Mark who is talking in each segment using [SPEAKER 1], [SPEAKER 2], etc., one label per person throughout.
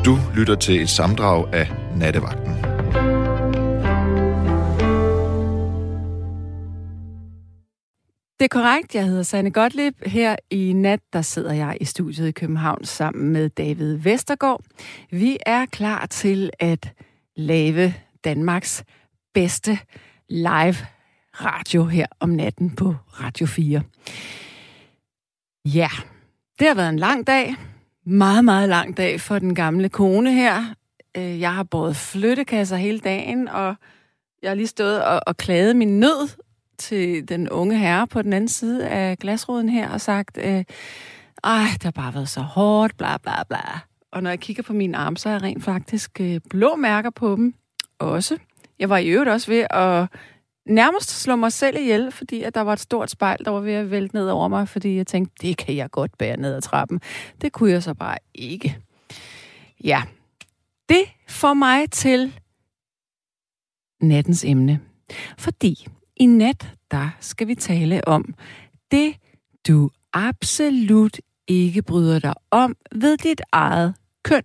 [SPEAKER 1] Du lytter til et sammendrag af Nattevagten.
[SPEAKER 2] Det er korrekt. Jeg hedder Sanne Gottlieb. Her i nat, der sidder jeg i studiet i København sammen med David Vestergaard. Vi er klar til at lave Danmarks bedste live radio her om natten på Radio 4. Ja, det har været en lang dag. Meget, meget lang dag for den gamle kone her. Jeg har båret flyttekasser hele dagen, og jeg har lige stået og klaget min nød til den unge herre på den anden side af glasruden her og sagt, det har bare været så hårdt, bla bla bla. Og når jeg kigger på mine arme, så er jeg rent faktisk blå mærker på dem også. Jeg var i øvrigt også ved at nærmest slå mig selv ihjel, fordi at der var et stort spejl, der var ved at vælte ned over mig, fordi jeg tænkte, det kan jeg godt bære ned ad trappen. Det kunne jeg så bare ikke. Ja, det får mig til nattens emne. Fordi i nat, der skal vi tale om det, du absolut ikke bryder dig om ved dit eget køn.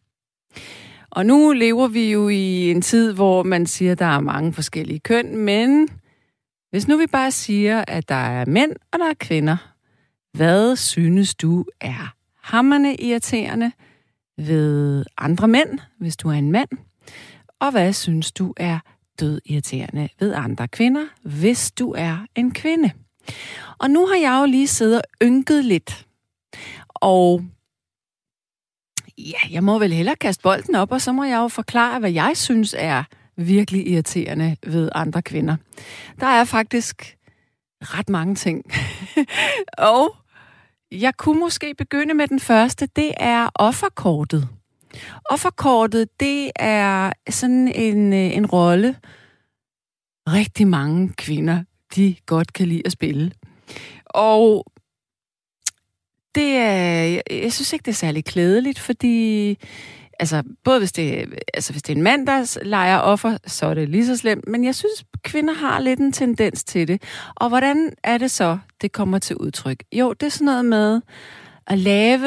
[SPEAKER 2] Og nu lever vi jo i en tid, hvor man siger, at der er mange forskellige køn, men hvis nu vi bare siger, at der er mænd og der er kvinder, hvad synes du er hamrende irriterende ved andre mænd, hvis du er en mand? Og hvad synes du er død irriterende ved andre kvinder, hvis du er en kvinde? Og nu har jeg jo lige siddet og ynket lidt. Og ja, jeg må vel hellere kaste bolden op, og så må jeg jo forklare, hvad jeg synes er virkelig irriterende ved andre kvinder. Der er faktisk ret mange ting. Og jeg kunne måske begynde med den første. Det er offerkortet. Offerkortet, det er sådan en rolle, rigtig mange kvinder, de godt kan lide at spille. Og det er, jeg synes ikke, det er særlig klædeligt, fordi både hvis det er en mand, der leger offer, så er det lige så slemt. Men jeg synes, kvinder har lidt en tendens til det. Og hvordan er det så, det kommer til udtryk? Jo, det er sådan noget med at lave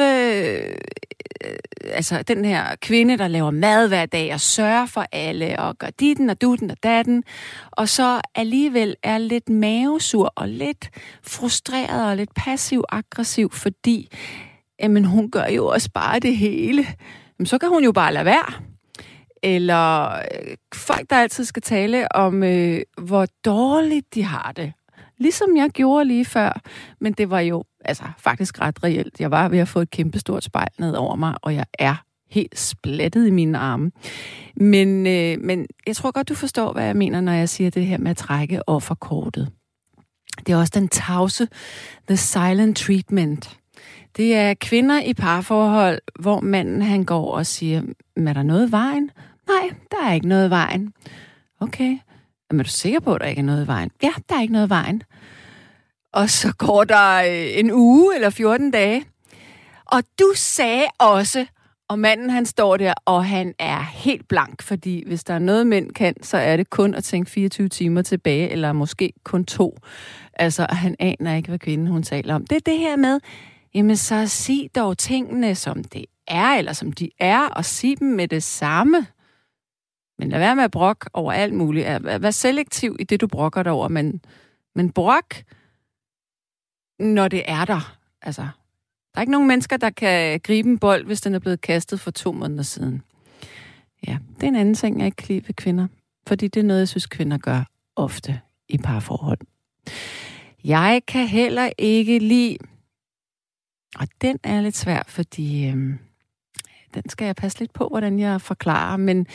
[SPEAKER 2] den her kvinde, der laver mad hver dag og sørger for alle og gør ditten og dutten og datten, og så alligevel er lidt mavesur og lidt frustreret og lidt passiv-aggressiv, fordi hun gør jo også bare det hele. Så kan hun jo bare lade være. Eller folk, der altid skal tale om, hvor dårligt de har det. Ligesom jeg gjorde lige før, men det var jo faktisk ret reelt. Jeg var ved at få et kæmpestort spejl ned over mig, og jeg er helt splattet i mine arme. Men jeg tror godt, du forstår, hvad jeg mener, når jeg siger det her med at trække offerkortet. Det er også den tavse, the silent treatment. Det er kvinder i parforhold, hvor manden han går og siger, er der noget i vejen? Nej, der er ikke noget i vejen. Okay. Er du sikker på, at der ikke er noget i vejen? Ja, der er ikke noget i vejen. Og så går der en uge eller 14 dage. Og du sagde også, og manden han står der, og han er helt blank, fordi hvis der er noget mænd kan, så er det kun at tænke 24 timer tilbage, eller måske kun 2. Han aner ikke, hvad kvinden hun taler om. Det er det her med, jamen så sig dog tingene, som det er, eller som de er, og sig dem med det samme. Men lad være med at brokke over alt muligt. Vær selektiv i det, du brokker dig over, men brok, når det er der. Der er ikke nogen mennesker, der kan gribe en bold, hvis den er blevet kastet for 2 måneder siden. Ja, det er en anden ting, jeg ikke kan lide ved kvinder. Fordi det er noget, jeg synes, kvinder gør ofte i parforhold. Jeg kan heller ikke lide, og den er lidt svær, fordi den skal jeg passe lidt på, hvordan jeg forklarer, men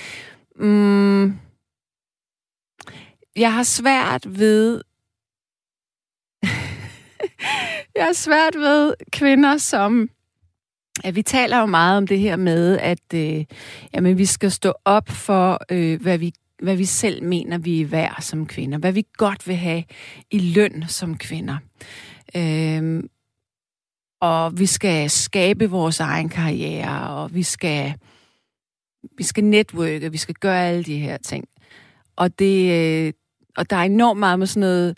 [SPEAKER 2] jeg har svært ved kvinder, som vi taler jo meget om det her med, at vi skal stå op for, hvad vi selv mener, vi er værd som kvinder. Hvad vi godt vil have i løn som kvinder. Og vi skal skabe vores egen karriere, og vi skal netværke, vi skal gøre alle de her ting. Og der er enormt meget med sådan noget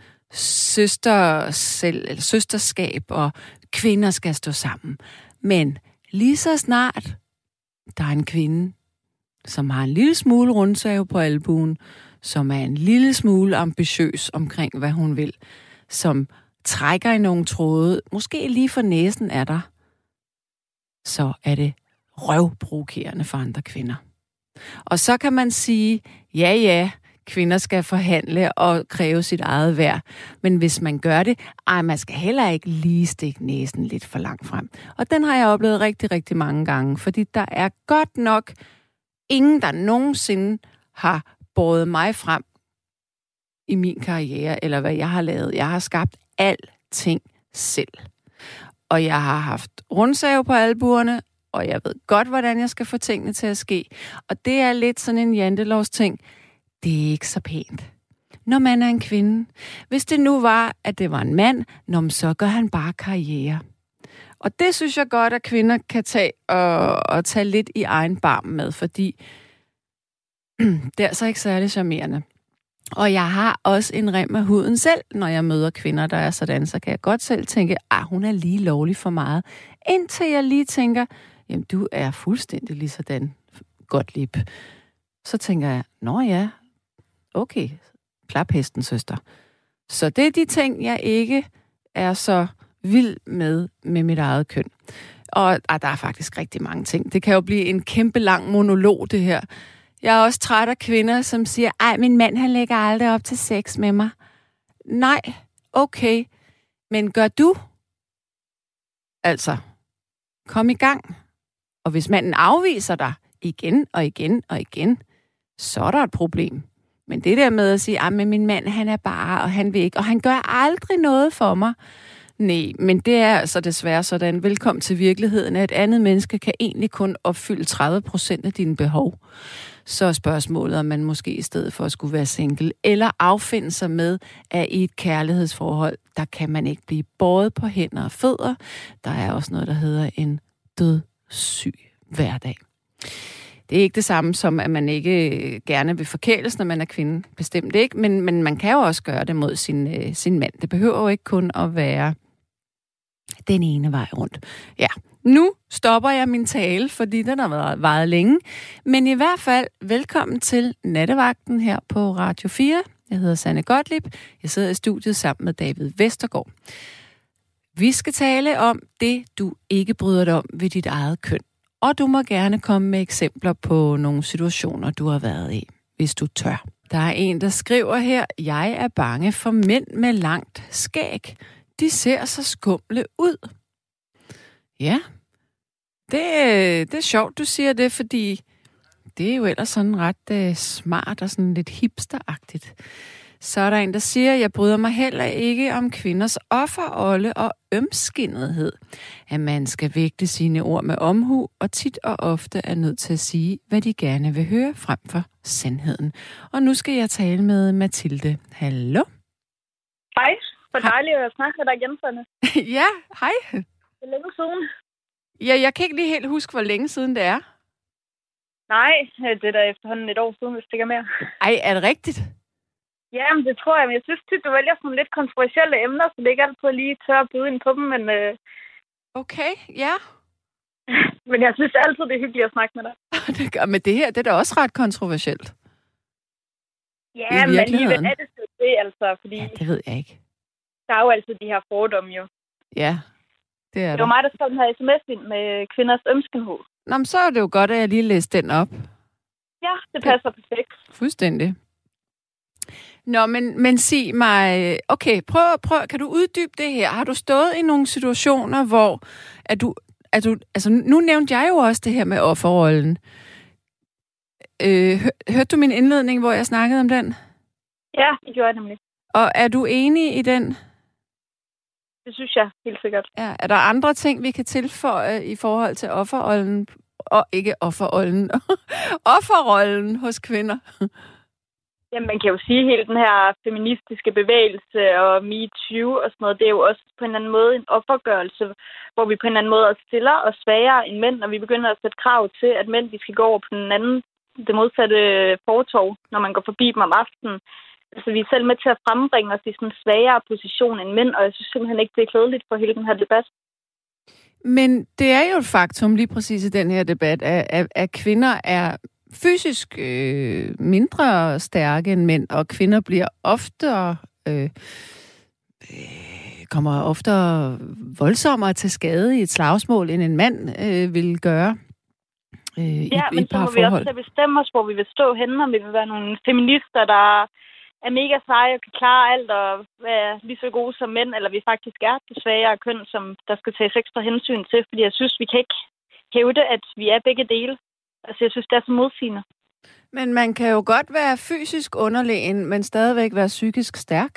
[SPEAKER 2] søsterskab, og kvinder skal stå sammen. Men lige så snart der er en kvinde, som har en lille smule rundsave på albuen, som er en lille smule ambitiøs omkring, hvad hun vil, som trækker i nogle tråde, måske lige for næsen af dig, så er det røvprovokerende for andre kvinder. Og så kan man sige, ja, kvinder skal forhandle og kræve sit eget værd. Men hvis man gør det, man skal heller ikke lige stikke næsen lidt for langt frem. Og den har jeg oplevet rigtig, rigtig mange gange, fordi der er godt nok ingen, der nogensinde har båret mig frem i min karriere, eller hvad jeg har lavet. Jeg har skabt alting selv. Og jeg har haft rundsave på albuerne, og jeg ved godt, hvordan jeg skal få tingene til at ske. Og det er lidt sådan en jantelovs ting. Det er ikke så pænt, når man er en kvinde. Hvis det nu var, at det var en mand, så gør han bare karriere. Og det synes jeg godt, at kvinder kan tage og tage lidt i egen barm med, fordi det er altså ikke særlig charmerende. Og jeg har også en rem af huden selv, når jeg møder kvinder, der er sådan, så kan jeg godt selv tænke, hun er lige lovlig for meget. Indtil jeg lige tænker, jamen du er fuldstændig lige sådan, Gottlieb. Så tænker jeg, nå ja, okay, klap hesten, søster. Så det er de ting, jeg ikke er så vild med mit eget køn. Og der er faktisk rigtig mange ting. Det kan jo blive en kæmpe lang monolog, det her. Jeg er også træt af kvinder, som siger, min mand, han lægger aldrig op til sex med mig. Nej, okay. Men gør du? Altså, kom i gang. Og hvis manden afviser dig igen og igen og igen, så er der et problem. Men det der med at sige, men min mand, han er bare, og han vil ikke, og han gør aldrig noget for mig. Nej, men det er altså desværre sådan, velkommen til virkeligheden, at et andet menneske kan egentlig kun opfylde 30% af dine behov. Så er spørgsmålet, om man måske i stedet for at skulle være single, eller affinde sig med, at i et kærlighedsforhold, der kan man ikke blive båret på hænder og fødder. Der er også noget, der hedder en dødssyg hverdag. Det er ikke det samme som, at man ikke gerne vil forkæles, når man er kvinde. Bestemt ikke, men man kan jo også gøre det mod sin mand. Det behøver jo ikke kun at være den ene vej rundt. Ja, nu stopper jeg min tale, fordi den har varet længe. Men i hvert fald, velkommen til Nattevagten her på Radio 4. Jeg hedder Sanne Gottlieb. Jeg sidder i studiet sammen med David Vestergaard. Vi skal tale om det, du ikke bryder dig om ved dit eget køn. Og du må gerne komme med eksempler på nogle situationer, du har været i, hvis du tør. Der er en, der skriver her, jeg er bange for mænd med langt skæg. De ser så skumle ud. Ja, det er sjovt, du siger det, fordi det er jo ellers sådan ret smart og sådan lidt hipsteragtigt. Så er der en, der siger, jeg bryder mig heller ikke om kvinders offerrolle og ømskinnethed. At man skal vægte sine ord med omhu, og tit og ofte er nødt til at sige, hvad de gerne vil høre frem for sandheden. Og nu skal jeg tale med Mathilde. Hallo?
[SPEAKER 3] Hej. For dejligt at snakke med dig igen, Sanne.
[SPEAKER 2] Ja, hej.
[SPEAKER 3] Det er længe siden.
[SPEAKER 2] Ja, jeg kan ikke lige helt huske, hvor længe siden det er.
[SPEAKER 3] Nej, det er da efterhånden et år siden, hvis det ikke er mere.
[SPEAKER 2] Ej, er det rigtigt?
[SPEAKER 3] Jamen, det tror jeg, men jeg synes tit, du vælger sådan lidt kontroversielle emner, så det er ikke altid lige tør at byde ind på dem, men...
[SPEAKER 2] Okay, ja.
[SPEAKER 3] Men jeg synes altid, det er hyggeligt at snakke med dig.
[SPEAKER 2] Men det her, det er da også ret kontroversielt.
[SPEAKER 3] Ja, men alligevel er det altså, fordi...
[SPEAKER 2] Ja, det ved jeg ikke.
[SPEAKER 3] Der er jo altid de her fordomme, jo.
[SPEAKER 2] Ja, det er
[SPEAKER 3] det var mig, der skrev den her sms ind med kvinders ømskenhed.
[SPEAKER 2] Nå, men så er det jo godt, at jeg lige læste den op.
[SPEAKER 3] Ja, det passer perfekt.
[SPEAKER 2] Fuldstændig. Nå, men sig mig... Okay, prøv, kan du uddybe det her? Har du stået i nogle situationer, hvor... Altså, nu nævnte jeg jo også det her med offerrollen. Hørte du min indledning, hvor jeg snakkede om den?
[SPEAKER 3] Ja, det gjorde jeg nemlig.
[SPEAKER 2] Og er du enig i den?
[SPEAKER 3] Det synes jeg helt sikkert.
[SPEAKER 2] Ja, er der andre ting, vi kan tilføje i forhold til offerrollen? Og ikke offerrollen. Offerrollen hos kvinder.
[SPEAKER 3] Jamen, man kan jo sige, at hele den her feministiske bevægelse og MeToo og sådan noget, det er jo også på en eller anden måde en offergørelse, hvor vi på en eller anden måde stiller os svagere end mænd, og vi begynder at sætte krav til, at mænd de skal gå over på den anden, det modsatte fortov, når man går forbi dem om aftenen. Altså, vi er selv med til at frembringe os i sådan en svagere position end mænd, og jeg synes simpelthen ikke, det er klædeligt for hele den her debat.
[SPEAKER 2] Men det er jo et faktum lige præcis i den her debat, at kvinder er fysisk mindre stærke end mænd, og kvinder bliver oftere kommer oftere voldsommere til skade i et slagsmål, end en mand vil gøre.
[SPEAKER 3] Men så må vi også bestemme os, hvor vi vil stå henne, om vi vil være nogle feminister, der er mega seje og kan klare alt og være lige så gode som mænd, eller vi faktisk er det svagere køn, som der skal tages ekstra hensyn til, fordi jeg synes, vi kan ikke hævde, at vi er begge dele. Altså, jeg synes, det er så modsigende.
[SPEAKER 2] Men man kan jo godt være fysisk underlegen, men stadigvæk være psykisk stærk.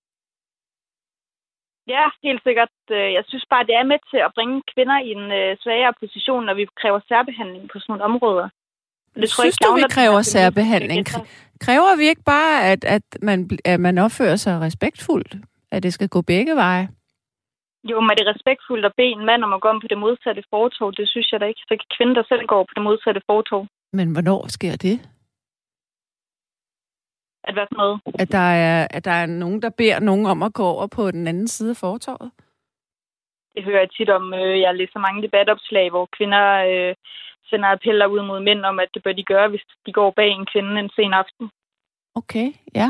[SPEAKER 3] Ja, helt sikkert. Jeg synes bare, det er med til at bringe kvinder i en svagere position, når vi kræver særbehandling på sådan nogle områder. Det tror
[SPEAKER 2] synes du, vi kræver særbehandling? Kræver vi ikke bare, at man opfører sig respektfuldt? At det skal gå begge veje?
[SPEAKER 3] Jo, men er det respektfuldt at bede en mand om at gå om på det modsatte fortov? Det synes jeg da ikke. Så kan kvinder, der selv går på det modsatte fortov.
[SPEAKER 2] Men hvornår sker det?
[SPEAKER 3] At hvad for noget?
[SPEAKER 2] At der er nogen, der beder nogen om at gå over på den anden side af fortovet?
[SPEAKER 3] Det hører jeg tit om. Jeg læser mange debatopslag, hvor kvinder sender appeller ud mod mænd om, at det bør de gøre, hvis de går bag en kvinde en sen aften.
[SPEAKER 2] Okay, ja.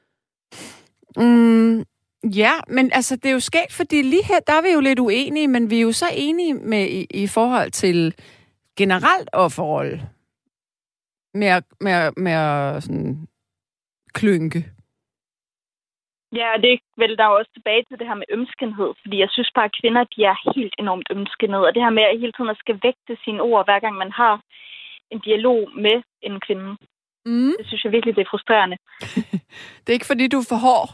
[SPEAKER 2] Ja, men altså, det er jo skægt, fordi lige her, der er vi jo lidt uenige, men vi er jo så enige med i forhold til generelt offerrolle. Med at sådan klynke.
[SPEAKER 3] Ja, og det vælger der jo også tilbage til det her med ømskenhed, fordi jeg synes bare, at kvinder, de er helt enormt ømskenhed, og det her med at hele tiden at skal vægte sine ord, hver gang man har en dialog med en kvinde. Det synes jeg virkelig, det er frustrerende.
[SPEAKER 2] Det er ikke, fordi du er for hård?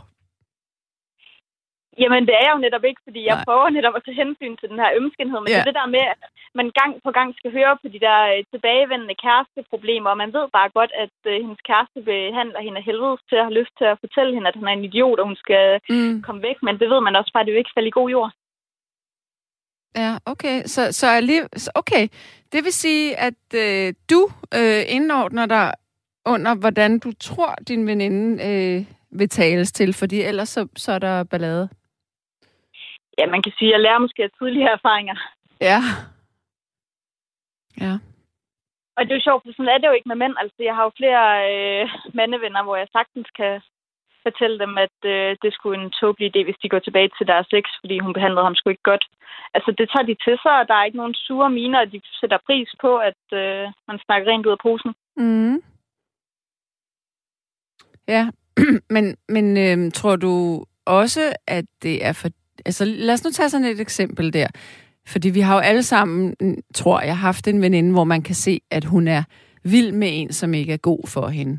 [SPEAKER 3] Jamen, det er jeg jo netop ikke, fordi jeg prøver netop at tage hensyn til den her ømskenhed, men det er det der med, at man gang på gang skal høre på de der tilbagevendende kæresteproblemer, og man ved bare godt, at hendes kæreste behandler hende af helvede til at have lyst til at fortælle hende, at han er en idiot, og hun skal komme væk, men det ved man også bare, at det jo ikke falder i god jord.
[SPEAKER 2] Ja, okay. Så okay. Det vil sige, at du indordner dig under, hvordan du tror, din veninde vil tales til, fordi ellers så er der ballade.
[SPEAKER 3] Ja, man kan sige, at jeg lærer måske af tidligere erfaringer.
[SPEAKER 2] Ja. Ja.
[SPEAKER 3] Og det er jo sjovt, for sådan er det jo ikke med mænd. Altså, jeg har jo flere mandevenner, hvor jeg sagtens kan fortælle dem, at det skulle en tåbelig idé, hvis de går tilbage til deres ex, fordi hun behandlede ham sgu ikke godt. Altså, det tager de til sig, og der er ikke nogen sure miner, og de sætter pris på, at man snakker rent ud af posen.
[SPEAKER 2] Mm. Ja, men tror du også, at det er for... Altså, lad os nu tage sådan et eksempel der. Fordi vi har jo alle sammen, tror jeg, haft en veninde, hvor man kan se, at hun er vild med en, som ikke er god for hende.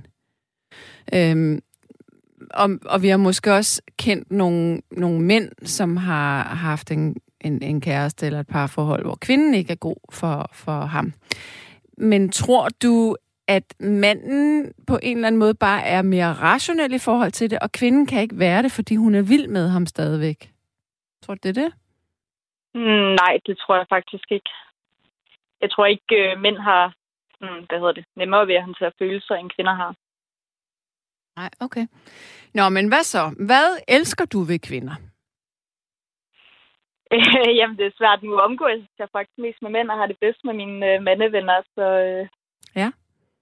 [SPEAKER 2] Og vi har måske også kendt nogle mænd, som har haft en kæreste eller et parforhold, hvor kvinden ikke er god for ham. Men tror du, at manden på en eller anden måde bare er mere rationel i forhold til det, og kvinden kan ikke være det, fordi hun er vild med ham stadigvæk? Tror du, det er det?
[SPEAKER 3] Nej, det tror jeg faktisk ikke. Jeg tror ikke, mænd har nemmere ved at håndtere følelser, end kvinder har.
[SPEAKER 2] Nej, okay. Nå, men hvad så? Hvad elsker du ved kvinder?
[SPEAKER 3] Jamen, det er svært nu at omgå. Jeg er faktisk mest med mænd, og har det bedst med mine mandevenner, så...
[SPEAKER 2] Ja.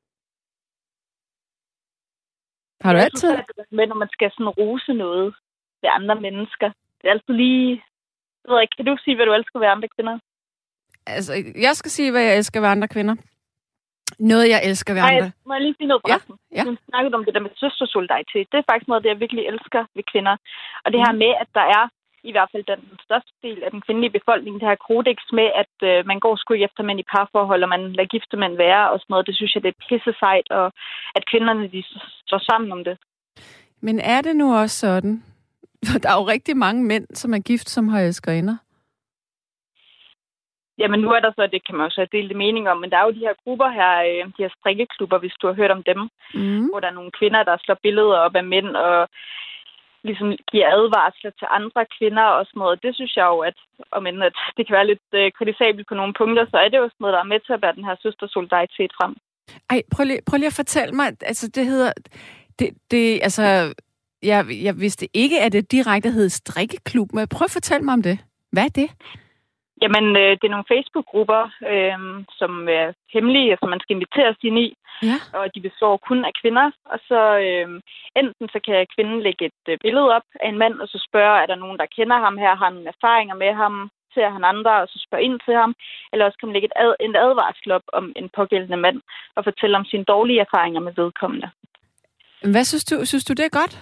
[SPEAKER 2] Har du altid?
[SPEAKER 3] Men når man skal sådan rose noget ved andre mennesker, det er altid lige... Jeg ved ikke, kan du sige, hvad du elsker ved andre kvinder?
[SPEAKER 2] Altså, jeg skal sige, hvad jeg elsker ved andre kvinder. Noget, jeg elsker ved andre.
[SPEAKER 3] Må jeg lige sige noget forresten?
[SPEAKER 2] Ja.
[SPEAKER 3] Du snakkede om det der med søstersolidaritet. Det er faktisk noget, det jeg virkelig elsker ved kvinder. Og det her med, at der er i hvert fald den største del af den kvindelige befolkning, det her kodex med, at man går sgu efter mænd i parforhold, og man lader gifte mænd være og sådan noget. Det synes jeg, det er pisse sejt, og at kvinderne, de står sammen om det.
[SPEAKER 2] Men er det nu også sådan? Der er jo rigtig mange mænd, som er gift, som har elskerinder.
[SPEAKER 3] Jamen nu er der så, det kan man jo så dele mening om, men der er jo de her grupper her, de her strikkeklubber, hvis du har hørt om dem, hvor der er nogle kvinder, der slår billeder op af mænd og ligesom giver advarsler til andre kvinder og sådan noget. Det synes jeg jo, at det kan være lidt kritisabelt på nogle punkter, så er det jo sådan noget, der er med til at bære den her søstersolidaritet frem.
[SPEAKER 2] Ej, prøv lige at fortælle mig, altså det hedder, jeg vidste ikke, at det direkte hed strikkeklub, men prøv at fortælle mig om det. Hvad er det?
[SPEAKER 3] Jamen, det er nogle Facebook-grupper, som er hemmelige, som man skal inviteres ind i.
[SPEAKER 2] Ja.
[SPEAKER 3] Og de består kun af kvinder. Og så enten så kan kvinden lægge et billede op af en mand, og så spørge, er der nogen, der kender ham her, har nogle erfaringer med ham, ser han andre, og så spørge ind til ham. Eller også kan man lægge en advarsel op om en pågældende mand, og fortælle om sine dårlige erfaringer med vedkommende.
[SPEAKER 2] Hvad synes du? Synes du, det er godt?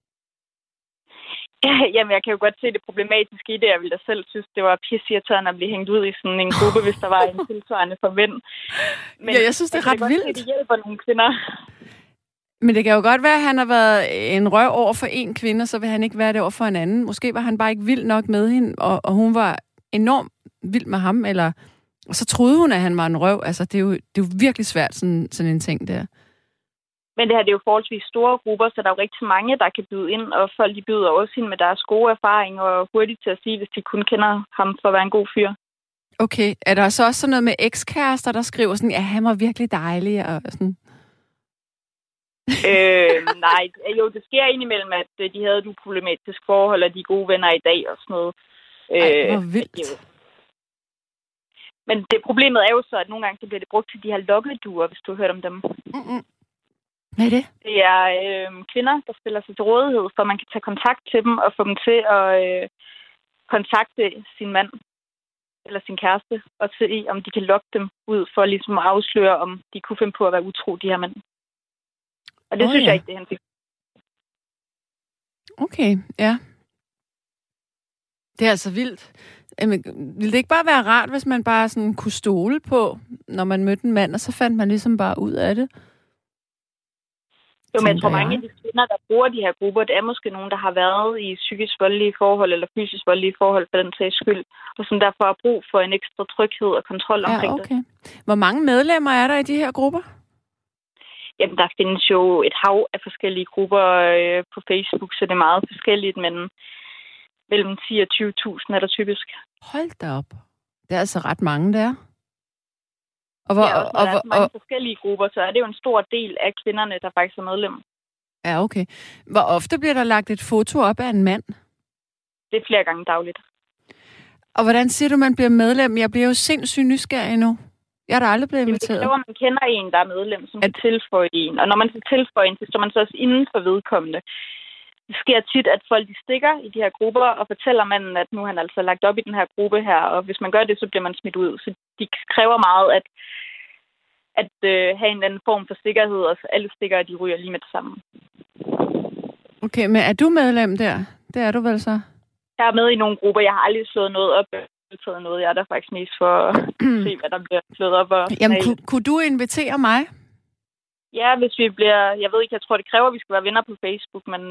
[SPEAKER 3] Jamen, jeg kan jo godt se det problematiske i det. Jeg ville da selv synes, det var pisseirriterende at blive hængt ud i sådan en gruppe, hvis der var en tilsvarende for mænd. Men
[SPEAKER 2] ja, jeg synes, det er ret vildt.
[SPEAKER 3] Det hjælper nogle kvinder.
[SPEAKER 2] Men det kan jo godt være, at han har været en røv over for en kvinde, så vil han ikke være det over for en anden. Måske var han bare ikke vild nok med hende, og hun var enormt vild med ham, eller og så troede hun, at han var en røv. Altså, det er jo virkelig svært, sådan en ting der.
[SPEAKER 3] Men det her, det er jo forholdsvis store grupper, så der er jo rigtig mange, der kan byde ind, og folk de byder også ind med deres gode erfaring, og hurtigt til at sige, hvis de kun kender ham for at være en god fyr.
[SPEAKER 2] Okay. Er der så også sådan noget med ekskærester, der skriver sådan, ja, han var virkelig dejlig, og sådan?
[SPEAKER 3] Nej, jo, det sker indimellem, at de havde et uproblematisk forhold, og de er gode venner i dag og sådan noget.
[SPEAKER 2] Ej, hvor vildt.
[SPEAKER 3] Men det problemet er jo så, at nogle gange så bliver det brugt til de her lokkeduer, hvis du har hørt om dem.
[SPEAKER 2] Mm-mm. Hvad er det?
[SPEAKER 3] Det er kvinder, der stiller sig til rådighed, for man kan tage kontakt til dem og få dem til at kontakte sin mand eller sin kæreste og se, om de kan lokke dem ud for ligesom at afsløre, om de kunne finde på at være utro, de her mænd. Og det synes jeg ikke, det er hensigtsmæssigt.
[SPEAKER 2] Okay, ja. Det er altså vildt. Ville det ikke bare være rart, hvis man bare sådan kunne stole på, når man mødte en mand, og så fandt man ligesom bare ud af det?
[SPEAKER 3] Jo, men jeg tror, mange af de kvinder, der bruger de her grupper, det er måske nogen, der har været i psykisk voldelige forhold eller fysisk voldelige forhold for den sags skyld, og som derfor har brug for en ekstra tryghed og kontrol omkring det.
[SPEAKER 2] Hvor mange medlemmer er der i de her grupper?
[SPEAKER 3] Jamen, der findes jo et hav af forskellige grupper på Facebook, så det er meget forskelligt, men mellem 10 og 20.000 er der typisk.
[SPEAKER 2] Hold da op. Det er altså ret mange, der.
[SPEAKER 3] Og der er mange forskellige grupper, så er det jo en stor del af kvinderne, der faktisk er medlem.
[SPEAKER 2] Ja, okay. Hvor ofte bliver der lagt et foto op af en mand?
[SPEAKER 3] Det er flere gange dagligt.
[SPEAKER 2] Og hvordan siger du, man bliver medlem? Jeg bliver jo sindssygt nysgerrig nu. Jeg er da aldrig blevet inviteret.
[SPEAKER 3] Det kræver, at man kender en, der er medlem, som kan tilføje en. Og når man så tilføjer en, så står man så også inden for vedkommende. Det sker tit, at folk de stikker i de her grupper og fortæller manden, at nu har han altså lagt op i den her gruppe her, og hvis man gør det, så bliver man smidt ud. Så de kræver meget at have en anden form for sikkerhed, og alle stikker, de ryger lige med det samme.
[SPEAKER 2] Okay, men er du medlem der? Det er du vel så?
[SPEAKER 3] Jeg er med i nogle grupper. Jeg har aldrig slået noget op. Noget. Jeg er der faktisk mest for at se, hvad der bliver slået op.
[SPEAKER 2] Jamen, kunne du invitere mig?
[SPEAKER 3] Ja, hvis vi bliver... Jeg ved ikke, jeg tror, det kræver, at vi skal være venner på Facebook, men...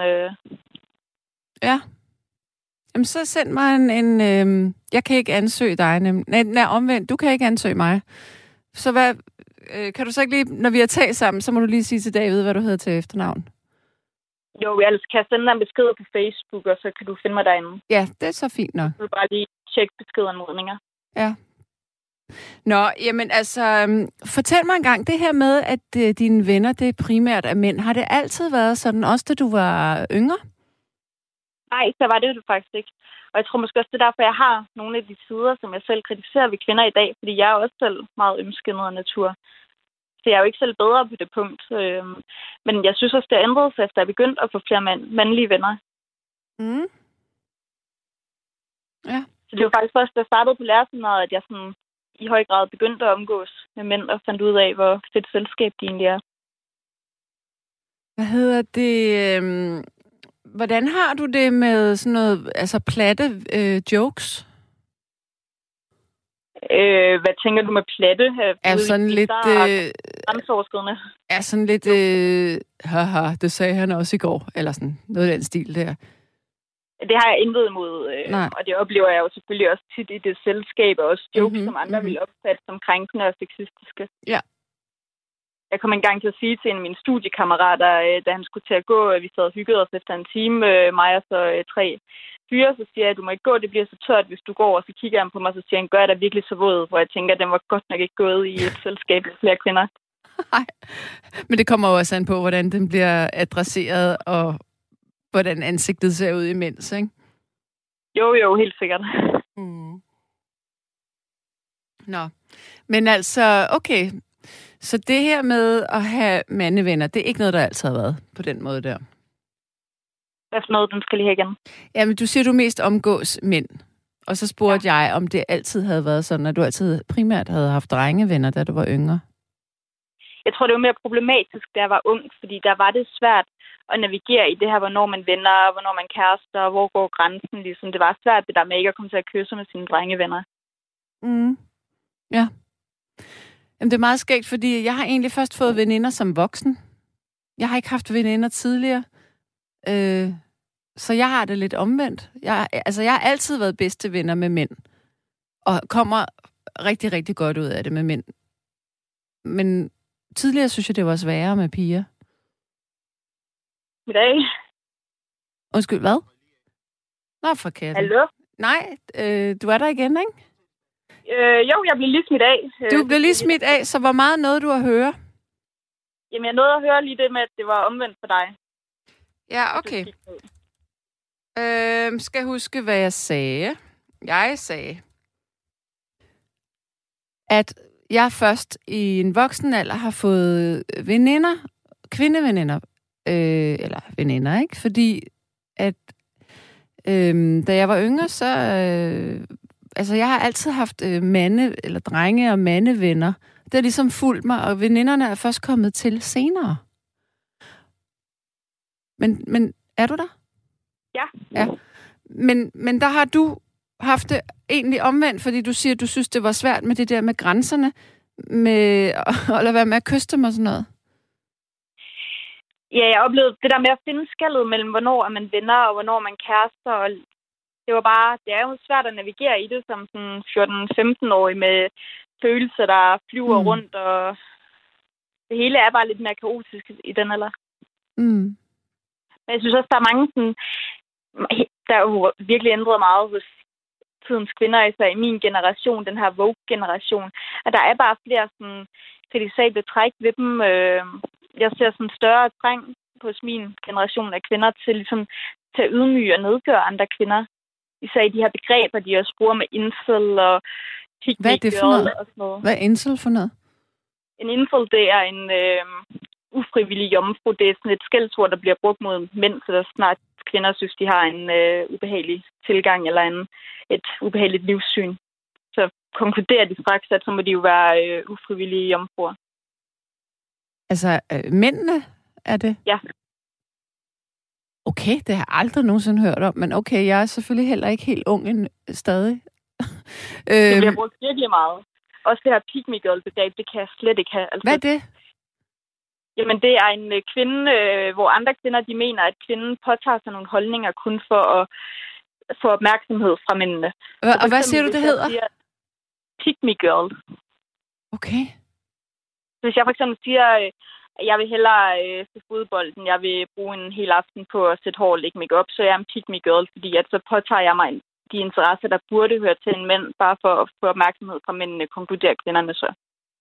[SPEAKER 2] Ja. Jamen, så send mig en jeg kan ikke ansøge dig. Nej, omvendt. Du kan ikke ansøge mig. Så hvad... kan du så ikke lige... Når vi har talt sammen, så må du lige sige til David, hvad du hedder til efternavn.
[SPEAKER 3] Jo, jeg kan sende dig en besked på Facebook, og så kan du finde mig derinde.
[SPEAKER 2] Ja, det er så fint nok.
[SPEAKER 3] Du vil bare lige tjekke beskedanmodninger.
[SPEAKER 2] Ja. Nå, jamen altså, fortæl mig engang, det her med, at dine venner, det er primært af mænd. Har det altid været sådan, også da du var yngre?
[SPEAKER 3] Nej, så var det faktisk ikke. Og jeg tror måske også, det er derfor, jeg har nogle af de sider, som jeg selv kritiserer ved kvinder i dag, fordi jeg er også selv meget ømskindet af natur. Så jeg er jo ikke selv bedre på det punkt. Men jeg synes også, det er ændret sig, efter jeg er begyndt at få flere mandlige venner.
[SPEAKER 2] Mm. Ja.
[SPEAKER 3] Så det var faktisk først, da jeg startede på lærerseminaret, at jeg sådan i høj grad begyndte at omgås med mænd og fandt ud af, hvor fedt selskab de egentlig er.
[SPEAKER 2] Hvad hedder det? Hvordan har du det med sådan noget, altså platte jokes?
[SPEAKER 3] Hvad tænker du med platte?
[SPEAKER 2] Er sådan lidt...
[SPEAKER 3] grænseoverskridende.
[SPEAKER 2] Er sådan lidt... haha, det sagde han også i går. Eller sådan noget af den stil der.
[SPEAKER 3] Det har jeg intet imod, og det oplever jeg jo selvfølgelig også tit i det selskab, og også jokes, som andre vil opfatte som krænkende og sexistiske.
[SPEAKER 2] Ja.
[SPEAKER 3] Jeg kom engang til at sige til en af mine studiekammerater, da han skulle til at gå, at vi sad og hyggede os efter en time, mig og så 3 fyre, så siger jeg, at du må ikke gå, det bliver så tørt, hvis du går, og så kigger han på mig, og så siger han, gør jeg da virkelig så våd, hvor jeg tænker, at den var godt nok ikke gået i et selskab med flere kvinder.
[SPEAKER 2] Nej, men det kommer jo også an på, hvordan den bliver adresseret, og hvordan ansigtet ser ud imens, ikke?
[SPEAKER 3] Jo, helt sikkert.
[SPEAKER 2] Mm. Nå, men altså, okay. Så det her med at have mandevenner, det er ikke noget, der altid har været på den måde der?
[SPEAKER 3] Hvad for noget, den skal lige have igen?
[SPEAKER 2] Jamen, du siger, du mest omgås mænd. Og så spurgte jeg, om det altid havde været sådan, at du altid primært havde haft drengevenner, da du var yngre.
[SPEAKER 3] Jeg tror, det var mere problematisk, da jeg var ung, fordi der var det svært at navigere i det her, hvornår man venner, hvornår man kærester, hvor går grænsen. Ligesom. Det var svært, det der med ikke at komme til at kysse med sine drengevenner.
[SPEAKER 2] Mm. Ja. Jamen, det er meget skægt, fordi jeg har egentlig først fået veninder som voksen. Jeg har ikke haft veninder tidligere. Så jeg har det lidt omvendt. Jeg har altid været bedste venner med mænd. Og kommer rigtig, rigtig godt ud af det med mænd. Men tidligere synes jeg, det var sværere med piger.
[SPEAKER 3] Goddag.
[SPEAKER 2] Undskyld, hvad? Nå, for katten.
[SPEAKER 3] Hallo?
[SPEAKER 2] Nej, du er der igen, ikke?
[SPEAKER 3] Jo, jeg blev lige smidt af.
[SPEAKER 2] Du blev lige smidt af, så hvor meget nåede du at høre?
[SPEAKER 3] Jamen, jeg nåede at høre lige det med, at det var omvendt for dig.
[SPEAKER 2] Ja, okay. Skal jeg huske, hvad jeg sagde? Jeg sagde, at jeg først i en voksen alder har fået veninder, kvindeveninder, eller veninder, ikke? Fordi at da jeg var yngre, så jeg har altid haft eller drenge og mandevenner. Det har ligesom fulgt mig, og veninderne er først kommet til senere. Men er du der?
[SPEAKER 3] Ja.
[SPEAKER 2] Men der har du haft det egentlig omvendt, fordi du siger, at du synes, det var svært med det der med grænserne, med at lade være med at kysse dem og sådan noget.
[SPEAKER 3] Ja, jeg oplevede det der med at finde skellet mellem, hvornår er man venner, og hvornår man kærester. Og det er jo svært at navigere i det som sådan 14-15-årig med følelser, der flyver rundt, og det hele er bare lidt mere kaotisk i den alder.
[SPEAKER 2] Mm.
[SPEAKER 3] Men jeg synes også, der er mange sådan, der er jo virkelig ændret meget hos tidens kvinder, især i min generation, den her Vogue-generation, at der er bare flere sådan kritisable træk ved dem. Jeg ser sådan en større træng hos min generation af kvinder til at ydmyge og nedgøre andre kvinder. Især i de her begreber, de også bruger med incel og pick me girl.
[SPEAKER 2] Hvad er det for noget? Og sådan noget. Hvad er incel for noget?
[SPEAKER 3] En incel, det er en ufrivillig jomfru. Det er sådan et skældsord, der bliver brugt mod mænd, så der snart kvinder synes, de har en ubehagelig tilgang eller et ubehageligt livssyn. Så konkluderer de straks, at så må de jo være ufrivillige jomfruer.
[SPEAKER 2] Altså, mændene er det?
[SPEAKER 3] Ja.
[SPEAKER 2] Okay, det har jeg aldrig nogensinde hørt om, men okay, jeg er selvfølgelig heller ikke helt ung stadig.
[SPEAKER 3] Det bliver brugt virkelig meget. Også det her pick me girl begreb, det kan jeg slet ikke have. Altså,
[SPEAKER 2] hvad er det?
[SPEAKER 3] Jamen, det er en kvinde, hvor andre kvinder, de mener, at kvinden påtager sig nogle holdninger kun for at få opmærksomhed fra mændene.
[SPEAKER 2] Og hvad siger du, det hedder?
[SPEAKER 3] Pick me girl.
[SPEAKER 2] Okay.
[SPEAKER 3] Hvis jeg for eksempel siger, at jeg vil hellere se fodbolden, jeg vil bruge en hel aften på at sætte hår og lægge make-up, så jeg er en pick me girl, fordi at så påtager jeg mig de interesser, der burde høre til en mand, bare for at få opmærksomhed fra mændene, konkluderer kvinderne så.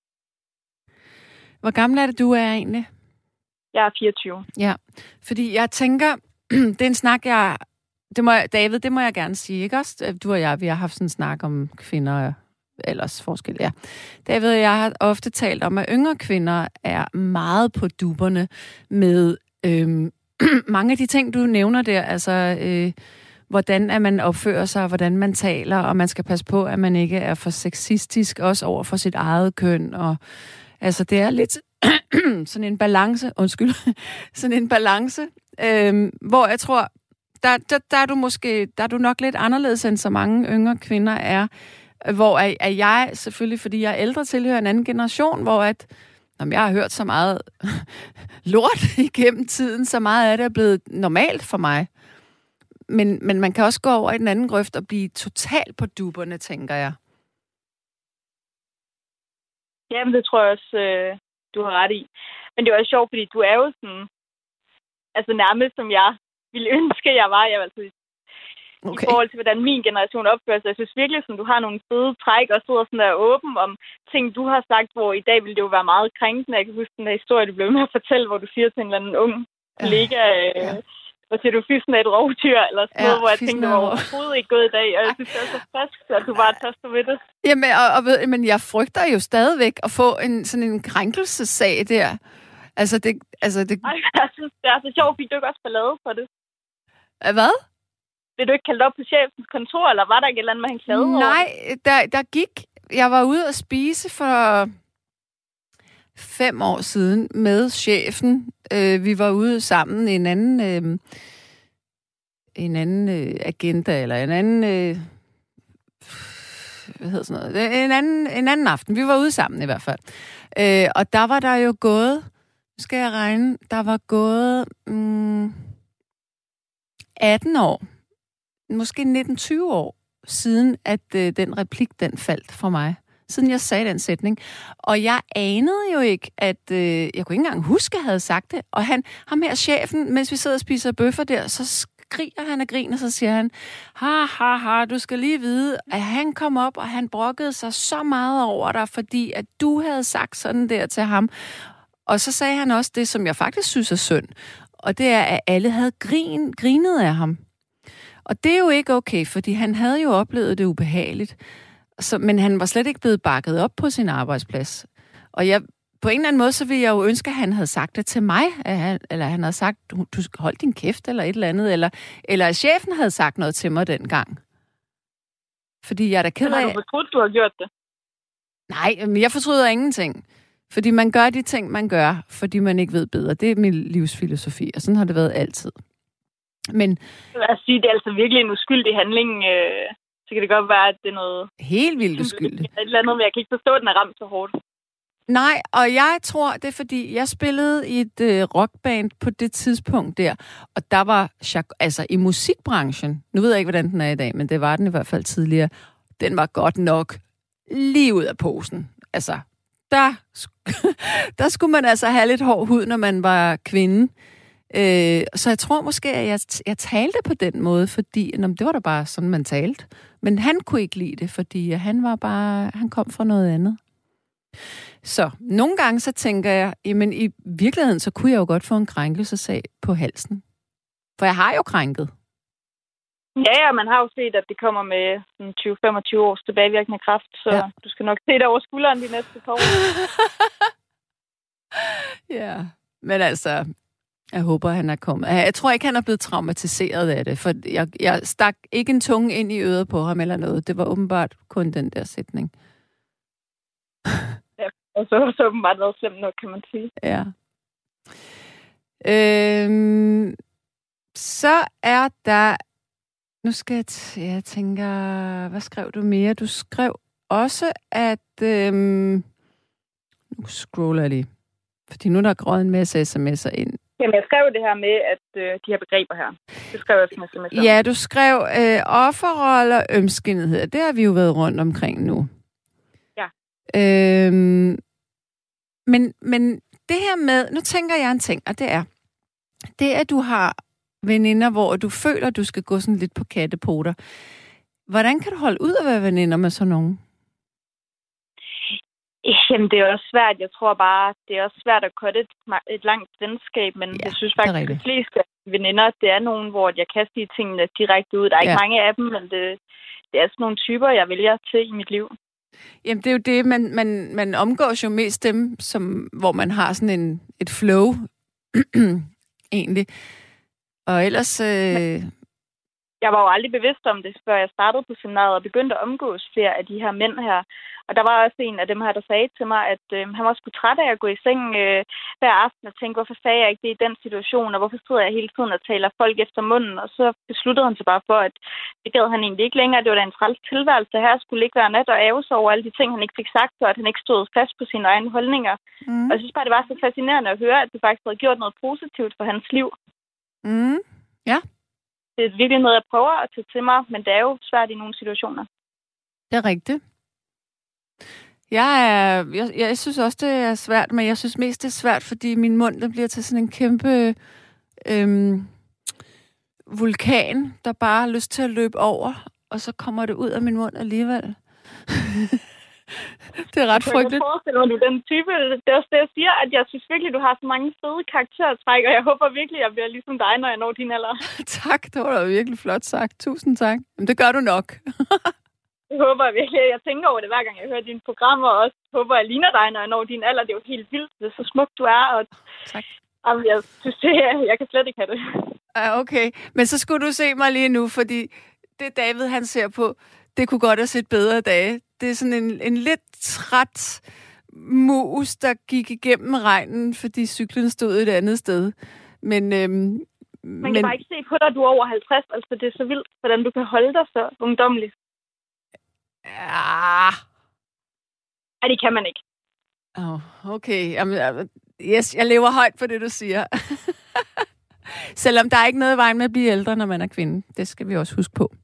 [SPEAKER 2] Hvor gammel er det, du er egentlig?
[SPEAKER 3] Jeg er 24.
[SPEAKER 2] Ja, fordi jeg tænker, det er en snak, David, det må jeg gerne sige, ikke også? Du og jeg, vi har haft sådan en snak om kvinder og ellers forskel, ja. David og jeg har ofte talt om, at yngre kvinder er meget på dupperne med mange af de ting, du nævner der, altså hvordan at man opfører sig, hvordan man taler, og man skal passe på, at man ikke er for sexistisk, også over for sit eget køn, og altså det er lidt sådan en balance, sådan en balance, hvor jeg tror, der er du nok lidt anderledes, end så mange yngre kvinder er, hvor er jeg selvfølgelig, fordi jeg er ældre, tilhører en anden generation, hvor jeg har hørt så meget lort igennem tiden, så meget af det er blevet normalt for mig. Men man kan også gå over i den anden grøft og blive totalt på dupperne, tænker jeg.
[SPEAKER 3] Jamen, det tror jeg også, du har ret i. Men det er også sjovt, fordi du er jo sådan, altså nærmest som jeg ville ønske, jeg var. Okay. I forhold til, hvordan min generation opfører sig. Jeg synes virkelig, at du har nogle fede træk og sidder sådan der åben om ting, du har sagt, hvor i dag ville det jo være meget krænkende. Jeg kan huske den der historie, du blev med at fortælle, hvor du siger til en eller anden ung kollega, Hvad siger du, fissen af et rovdyr, eller sådan noget, hvor jeg tænkte, det var
[SPEAKER 2] af
[SPEAKER 3] overhovedet ikke gået i dag, og jeg synes, det er så frisk, at du bare taster ved det.
[SPEAKER 2] Jamen, men jeg frygter jo stadigvæk at få sådan en krænkelsessag der. Altså, det...
[SPEAKER 3] Ej, jeg synes, det er så sjovt. Fik du ikke også ballade for det?
[SPEAKER 2] Hvad?
[SPEAKER 3] Blev du ikke kaldt op på chefens kontor, eller var der ikke et eller andet, man klagede over?
[SPEAKER 2] Nej, der gik... Jeg var ude at spise for 5 år siden med chefen. Vi var ude sammen i en anden agenda, eller en anden... hvad hedder sådan noget? En anden aften. Vi var ude sammen i hvert fald. Og der var der jo gået... Nu skal jeg regne. Der var gået 18 år. Måske 19-20 år siden, at den replik, den faldt fra mig. Siden jeg sagde den sætning. Og jeg anede jo ikke, at... jeg kunne ikke engang huske, at jeg havde sagt det. Og ham her chefen, mens vi sidder og spiser bøffer der, så skriger han og griner, og så siger han, ha, du skal lige vide, at han kom op, og han brokkede sig så meget over dig, fordi at du havde sagt sådan der til ham. Og så sagde han også det, som jeg faktisk synes er synd. Og det er, at alle havde grinet af ham. Og det er jo ikke okay, fordi han havde jo oplevet det ubehageligt. Men han var slet ikke blevet bakket op på sin arbejdsplads. Og på en eller anden måde, så ville jeg jo ønske, at han havde sagt det til mig. Eller han havde sagt, du skal holde din kæft, eller et eller andet. Eller at chefen havde sagt noget til mig dengang. Fordi jeg er da ked af...
[SPEAKER 3] Har du fortrudt, du har gjort det?
[SPEAKER 2] Nej, men jeg fortryder ingenting. Fordi man gør de ting, man gør, fordi man ikke ved bedre. Det er min livsfilosofi, og sådan har det været altid. Men...
[SPEAKER 3] Jeg vil sige, det er altså virkelig en uskyldig handling. Så kan det godt være, at det er noget...
[SPEAKER 2] Helt vildt uskyldigt.
[SPEAKER 3] Et eller andet, men jeg kan ikke forstå, at den er ramt så hårdt.
[SPEAKER 2] Nej, og jeg tror, det er fordi, jeg spillede i et rockband på det tidspunkt der, og der var, altså i musikbranchen, nu ved jeg ikke, hvordan den er i dag, men det var den i hvert fald tidligere, den var godt nok lige ud af posen. Altså, der skulle man altså have lidt hård hud, når man var kvinde. Så jeg tror måske, at jeg talte på den måde, fordi det var da bare sådan, man talte. Men han kunne ikke lide det, fordi han kom fra noget andet. Så nogle gange så tænker jeg, jamen i virkeligheden, så kunne jeg jo godt få en krænkelsessag på halsen. For jeg har jo krænket.
[SPEAKER 3] Ja, man har jo set, at det kommer med 20-25 års tilbagevirkende kraft, så ja. Du skal nok se det over skulderen de næste par år.
[SPEAKER 2] Ja, men altså, jeg håber, han er kommet. Jeg tror ikke, han er blevet traumatiseret af det, for jeg stak ikke en tunge ind i øret på ham eller noget. Det var åbenbart kun den der sætning.
[SPEAKER 3] Ja, og så har det åbenbart været slemt nok, kan man sige.
[SPEAKER 2] Ja. Så er der... Nu skal jeg tænke, hvad skrev du mere? Du skrev også, at... nu scroller jeg lige. Fordi nu er der grøget en masse sms'er ind.
[SPEAKER 3] Jamen, jeg skrev det her med, at de her begreber her. Det skrev jeg som sms'er.
[SPEAKER 2] Ja, du skrev offerroller, ømskindighed. Det har vi jo været rundt omkring nu.
[SPEAKER 3] Ja.
[SPEAKER 2] Men det her med... Nu tænker jeg en ting, og det er... Det, at du har veninder, hvor du føler, at du skal gå sådan lidt på kattepoter. Hvordan kan du holde ud at være veninder med sådan nogen?
[SPEAKER 3] Jamen, det er også svært. Jeg tror bare, det er også svært at cutte et langt venskab, men jeg synes faktisk, at de fleste veninder, det er nogen, hvor jeg kan sige tingene direkte ud. Der er ikke mange af dem, men det er sådan nogle typer, jeg vælger til i mit liv.
[SPEAKER 2] Jamen, det er jo det, man omgås jo mest dem, hvor man har sådan et flow, egentlig. Og ellers...
[SPEAKER 3] Jeg var jo aldrig bevidst om det, før jeg startede på seminariet og begyndte at omgås flere af de her mænd her. Og der var også en af dem her, der sagde til mig, at han var sgu træt af at gå i seng hver aften og tænke, hvorfor sagde jeg ikke det i den situation, og hvorfor sidder jeg hele tiden og taler folk efter munden? Og så besluttede han sig bare for, at det gad han egentlig ikke længere. Det var da en træls tilværelse. Her skulle ikke være nat og æve sig over alle de ting, han ikke fik sagt, og at han ikke stod fast på sine egne holdninger. Og jeg synes bare, det var så fascinerende at høre, at det faktisk havde gjort noget positivt for hans liv.
[SPEAKER 2] Ja.
[SPEAKER 3] Det er virkelig noget, jeg prøver at tage til mig, men det er jo svært i nogle situationer.
[SPEAKER 2] Det er rigtigt. Jeg synes også, det er svært, men jeg synes mest, det er svært, fordi min mund den bliver til sådan en kæmpe vulkan, der bare har lyst til at løbe over, og så kommer det ud af min mund alligevel. Det er ret frygteligt.
[SPEAKER 3] Jeg forestiller mig, du er den type. Det er også det, jeg siger, at jeg synes virkelig, du har så mange fede karaktertræk, og jeg håber virkelig, at jeg bliver ligesom dig, når jeg når din alder.
[SPEAKER 2] Tak, det var da virkelig flot sagt. Tusind tak. Men det gør du nok.
[SPEAKER 3] Det håber jeg virkelig. Jeg tænker over det, hver gang jeg hører dine programmer, og også håber, at jeg ligner dig, når jeg når din alder. Det er jo helt vildt. Det er så smukt, du er. Og
[SPEAKER 2] tak.
[SPEAKER 3] Jamen, jeg synes, jeg kan slet ikke have det.
[SPEAKER 2] Okay, men så skulle du se mig lige nu, fordi det David, han ser på, det kunne godt have set bedre dage. Det er sådan en lidt træt mus, der gik igennem regnen, fordi cyklen stod et andet sted. Men
[SPEAKER 3] man kan bare ikke se på dig, du er over 50. Altså, det er så vildt, hvordan du kan holde dig så ungdomligt.
[SPEAKER 2] Ja.
[SPEAKER 3] Ej, det kan man ikke.
[SPEAKER 2] Okay. Jamen, yes, jeg lever højt på det, du siger. Selvom der er ikke noget i vejen med at blive ældre, når man er kvinde. Det skal vi også huske på.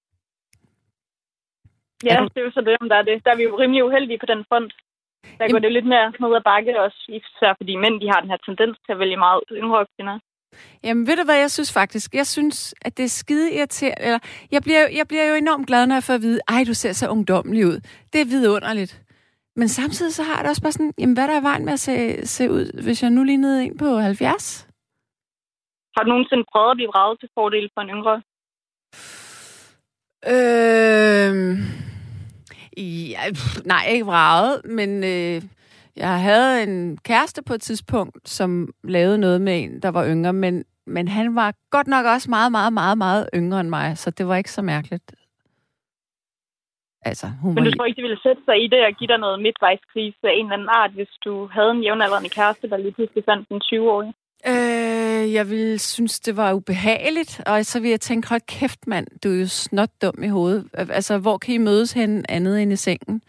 [SPEAKER 3] Ja, det er jo så det, om der er det. Der er vi jo rimelig uheldige på den front. Der går det lidt mere ned ad bakke også, især fordi mænd, de har den her tendens til at vælge meget yngre kvinder.
[SPEAKER 2] Jamen, ved du hvad jeg synes faktisk? Jeg synes, at det er skide irriterende. Eller, jeg bliver jo enormt glad, når jeg får at vide, ej, du ser så ungdommelig ud. Det er vidunderligt. Men samtidig så har jeg det også bare sådan, jamen, hvad der er i vejen med at se ud, hvis jeg nu lignede en på 70?
[SPEAKER 3] Har du nogensinde prøvet at blive vraget til fordel for en yngre?
[SPEAKER 2] Nej, ikke vraget, men jeg havde en kæreste på et tidspunkt, som lavede noget med en, der var yngre, men han var godt nok også meget, meget, meget, meget yngre end mig, så det var ikke så mærkeligt. Altså,
[SPEAKER 3] men du tror ikke, de ville sætte sig i det og give dig noget midtvejskrise af en eller anden art, hvis du havde en jævnaldrende kæreste, der lige pludselig fandt en 20-årig?
[SPEAKER 2] Jeg ville synes, det var ubehageligt, og så ville jeg tænke, hold kæft mand, du er jo snot dum i hovedet. Altså, hvor kan I mødes hen andet end i sengen?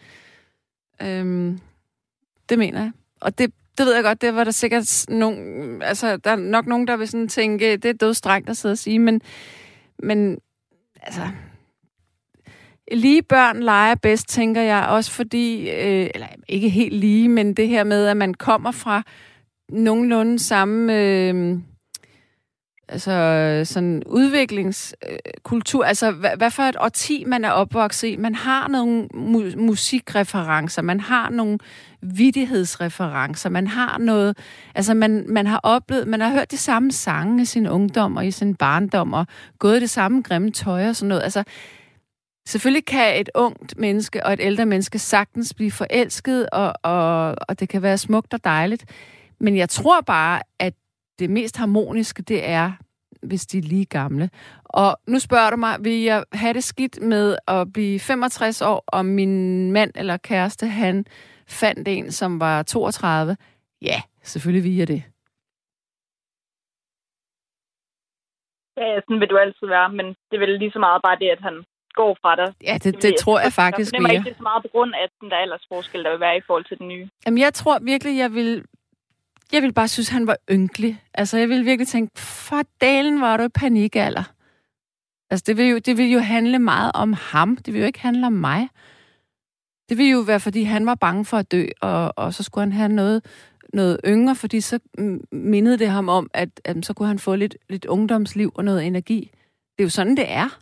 [SPEAKER 2] Det mener jeg. Og det ved jeg godt, det var der sikkert nogen, altså, der er nok nogen, der vil sådan tænke, det er dødstrengt at sidde og sige, men altså, lige børn leger bedst, tænker jeg, også fordi, eller ikke helt lige, men det her med, at man kommer fra nogenlunde samme altså sådan udviklingskultur, altså hvad for et årti man er opvokset i. Man har nogle musikreferencer, man har nogle vittighedsreferencer, man har noget, altså man har oplevet, man har hørt de samme sange i sin ungdom og i sin barndom og gået i det samme grimme tøj og sådan noget. Altså selvfølgelig kan et ungt menneske og et ældre menneske sagtens blive forelsket, og det kan være smukt og dejligt. Men jeg tror bare, at det mest harmoniske, det er, hvis de er lige gamle. Og nu spørger du mig, vil jeg have det skidt med at blive 65 år, og min mand eller kæreste, han fandt en, som var 32? Ja, selvfølgelig vil jeg det.
[SPEAKER 3] Ja, sådan vil du altid være, men det er vel lige så meget bare det, at han går fra dig.
[SPEAKER 2] Ja, det tror jeg faktisk.
[SPEAKER 3] Jeg fornemmer ikke, det er så meget på grund af den der aldersforskel, der vil være i forhold til den nye.
[SPEAKER 2] Jamen, jeg tror virkelig, jeg vil bare synes, han var ynkelig. Altså, jeg vil virkelig tænke, for dalen var du i panikalder. Altså, det vil jo handle meget om ham. Det vil jo ikke handle om mig. Det vil jo være, fordi han var bange for at dø, og så skulle han have noget yngre, fordi så mindede det ham om, at så kunne han få lidt ungdomsliv og noget energi. Det er jo sådan, det er.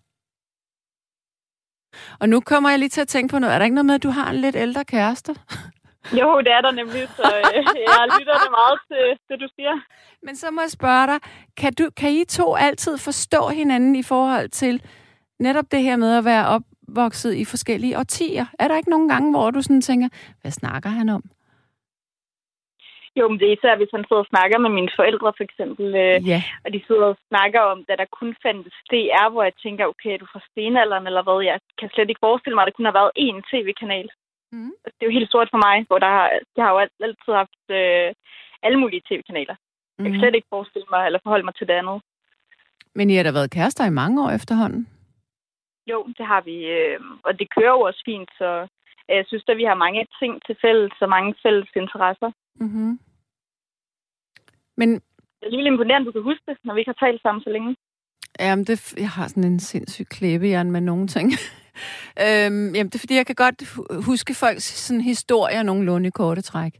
[SPEAKER 2] Og nu kommer jeg lige til at tænke på noget. Er der ikke noget med, at du har en lidt ældre kæreste?
[SPEAKER 3] Jo, det er der nemlig, så jeg lytter det meget til det, du siger.
[SPEAKER 2] Men så må jeg spørge dig, kan I to altid forstå hinanden i forhold til netop det her med at være opvokset i forskellige årtier? Er der ikke nogen gange, hvor du sådan tænker, hvad snakker han om?
[SPEAKER 3] Jo, men det er især, hvis han sidder og snakker med mine forældre, for eksempel.
[SPEAKER 2] Ja. Og
[SPEAKER 3] de sidder og snakker om, da der kun fandtes DR, hvor jeg tænker, okay, er du fra stenalderen eller hvad? Jeg kan slet ikke forestille mig, at der kun har været én tv-kanal. Mm. Det er jo helt stort for mig, hvor jeg har jo altid haft alle mulige tv-kanaler. Jeg kan slet ikke forestille mig, eller forholde mig til det andet.
[SPEAKER 2] Men I har da været kærester i mange år efterhånden? Jo,
[SPEAKER 3] det har vi. Og det kører jo også fint, så jeg synes, at vi har mange ting til fælles, og mange fælles interesser.
[SPEAKER 2] Mm-hmm. Men
[SPEAKER 3] det er alligevel imponerende, du kan huske det, når vi ikke har talt sammen så længe.
[SPEAKER 2] Jamen, jeg har sådan en sindssyg klæbejern med nogle ting. Jamen, det er fordi, jeg kan godt huske folks sådan historier nogenlunde i korte træk.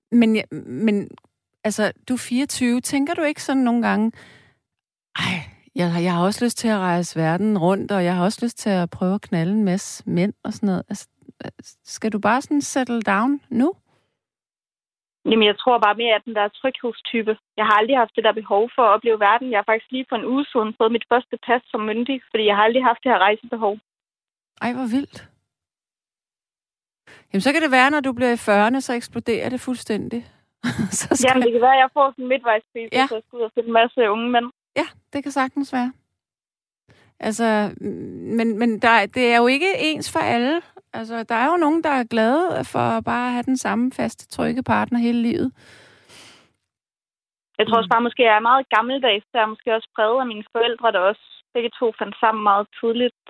[SPEAKER 2] Men altså, du er 24. Tænker du ikke sådan nogle gange, Jeg har også lyst til at rejse verden rundt, og jeg har også lyst til at prøve at knalde en masse mænd og sådan noget. Altså, skal du bare sådan settle down nu?
[SPEAKER 3] Jamen, jeg tror bare mere, at den der tryghedstype. Jeg har aldrig haft det der behov for at opleve verden. Jeg har faktisk lige for en uge siden fået mit første pas som myndig, fordi jeg har aldrig haft det her rejsebehov.
[SPEAKER 2] Ej, hvor vildt. Jamen, så kan det være, når du bliver i 40'erne, så eksploderer det fuldstændig.
[SPEAKER 3] Jamen, det kan være, at jeg får sådan en midtvejskrise, så jeg skal ud og finde en masse unge mænd.
[SPEAKER 2] Ja, det kan sagtens være. Altså, men det er jo ikke ens for alle. Altså, der er jo nogen, der er glade for bare at have den samme faste, trygge partner hele livet.
[SPEAKER 3] Jeg tror også bare, måske jeg er meget gammeldags. Der er måske også præget af mine forældre, der også begge to fandt sammen meget tidligt.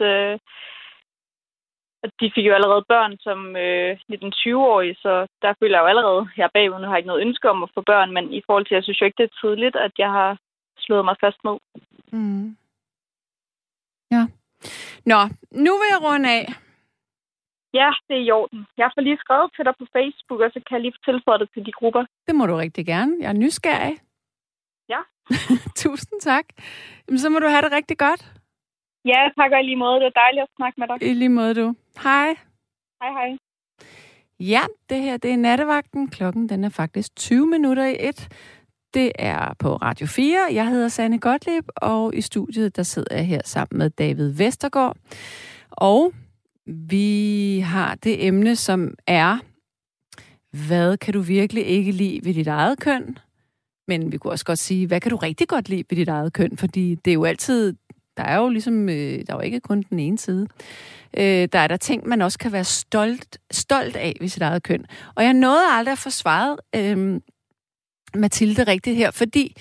[SPEAKER 3] Og de fik jo allerede børn som 19-20-årige, så der føler jeg jo allerede, jeg er bagud. Nu har jeg ikke noget ønske om at få børn, men i forhold til, jeg synes jo ikke, det er tidligt, at jeg har slået mig fast ned.
[SPEAKER 2] Mm. Ja. Nå, nu vil jeg runde af.
[SPEAKER 3] Ja, det er i orden. Jeg får lige skrevet til dig på Facebook, og så kan jeg lige tilføje det til de grupper.
[SPEAKER 2] Det må du rigtig gerne. Jeg er nysgerrig.
[SPEAKER 3] Ja.
[SPEAKER 2] Tusind tak. Jamen, så må du have det rigtig godt.
[SPEAKER 3] Ja, tak og i lige måde. Det er dejligt at snakke med dig.
[SPEAKER 2] I lige måde, du. Hej.
[SPEAKER 3] Hej, hej.
[SPEAKER 2] Ja, det her, det er Nattevagten. Klokken, den er faktisk 1:20. Det er på Radio 4. Jeg hedder Sanne Gottlieb, og i studiet, der sidder jeg her sammen med David Vestergaard. Og vi har det emne, som er, hvad kan du virkelig ikke lide ved dit eget køn? Men vi kunne også godt sige, hvad kan du rigtig godt lide ved dit eget køn? Fordi det er jo altid, der er jo ligesom, der er jo ikke kun den ene side. Der er der ting, man også kan være stolt af ved sit eget køn. Og jeg nåede aldrig at få svaret Mathilde rigtigt her, fordi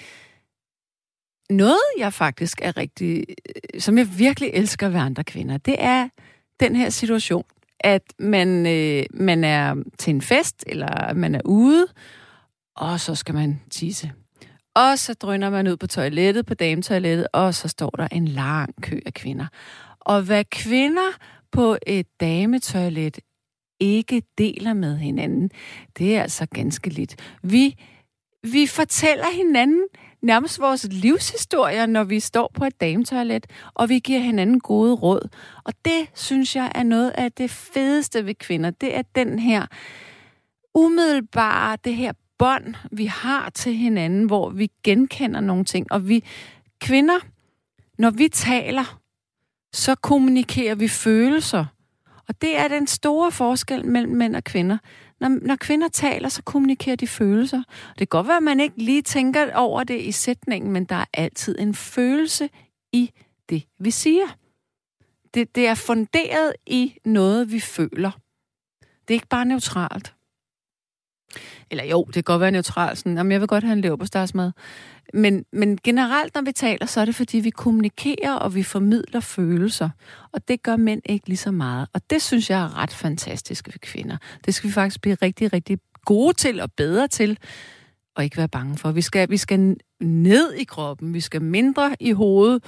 [SPEAKER 2] noget, jeg faktisk er rigtig, som jeg virkelig elsker ved andre kvinder, det er den her situation, at man er til en fest, eller man er ude, og så skal man tisse. Og så drøner man ud på toilettet, på dametoilettet, og så står der en lang kø af kvinder. Og hvad kvinder på et dametoilet ikke deler med hinanden, det er altså ganske lidt. Vi fortæller hinanden nærmest vores livshistorier, når vi står på et dametoilet, og vi giver hinanden gode råd. Og det, synes jeg, er noget af det fedeste ved kvinder. Det er den her umiddelbare, det her bånd, vi har til hinanden, hvor vi genkender nogle ting. Og vi kvinder, når vi taler, så kommunikerer vi følelser. Og det er den store forskel mellem mænd og kvinder. Når kvinder taler, så kommunikerer de følelser. Det kan godt være, at man ikke lige tænker over det i sætningen, men der er altid en følelse i det, vi siger. Det er funderet i noget, vi føler. Det er ikke bare neutralt. Eller jo, det kan godt være neutralt. Sådan, jamen, jeg vil godt have en leverpostejsmad. Men generelt, når vi taler, så er det, fordi vi kommunikerer, og vi formidler følelser. Og det gør mænd ikke lige så meget. Og det synes jeg er ret fantastisk ved kvinder. Det skal vi faktisk blive rigtig, rigtig gode til og bedre til, og ikke være bange for. Vi skal ned i kroppen, vi skal mindre i hovedet,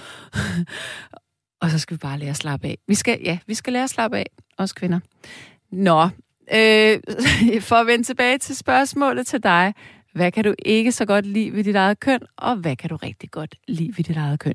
[SPEAKER 2] og så skal vi bare lære at slappe af. Vi skal lære at slappe af, os kvinder. Nå, for at vende tilbage til spørgsmålet til dig. Hvad kan du ikke så godt lide ved dit eget køn, og hvad kan du rigtig godt lide ved dit eget køn?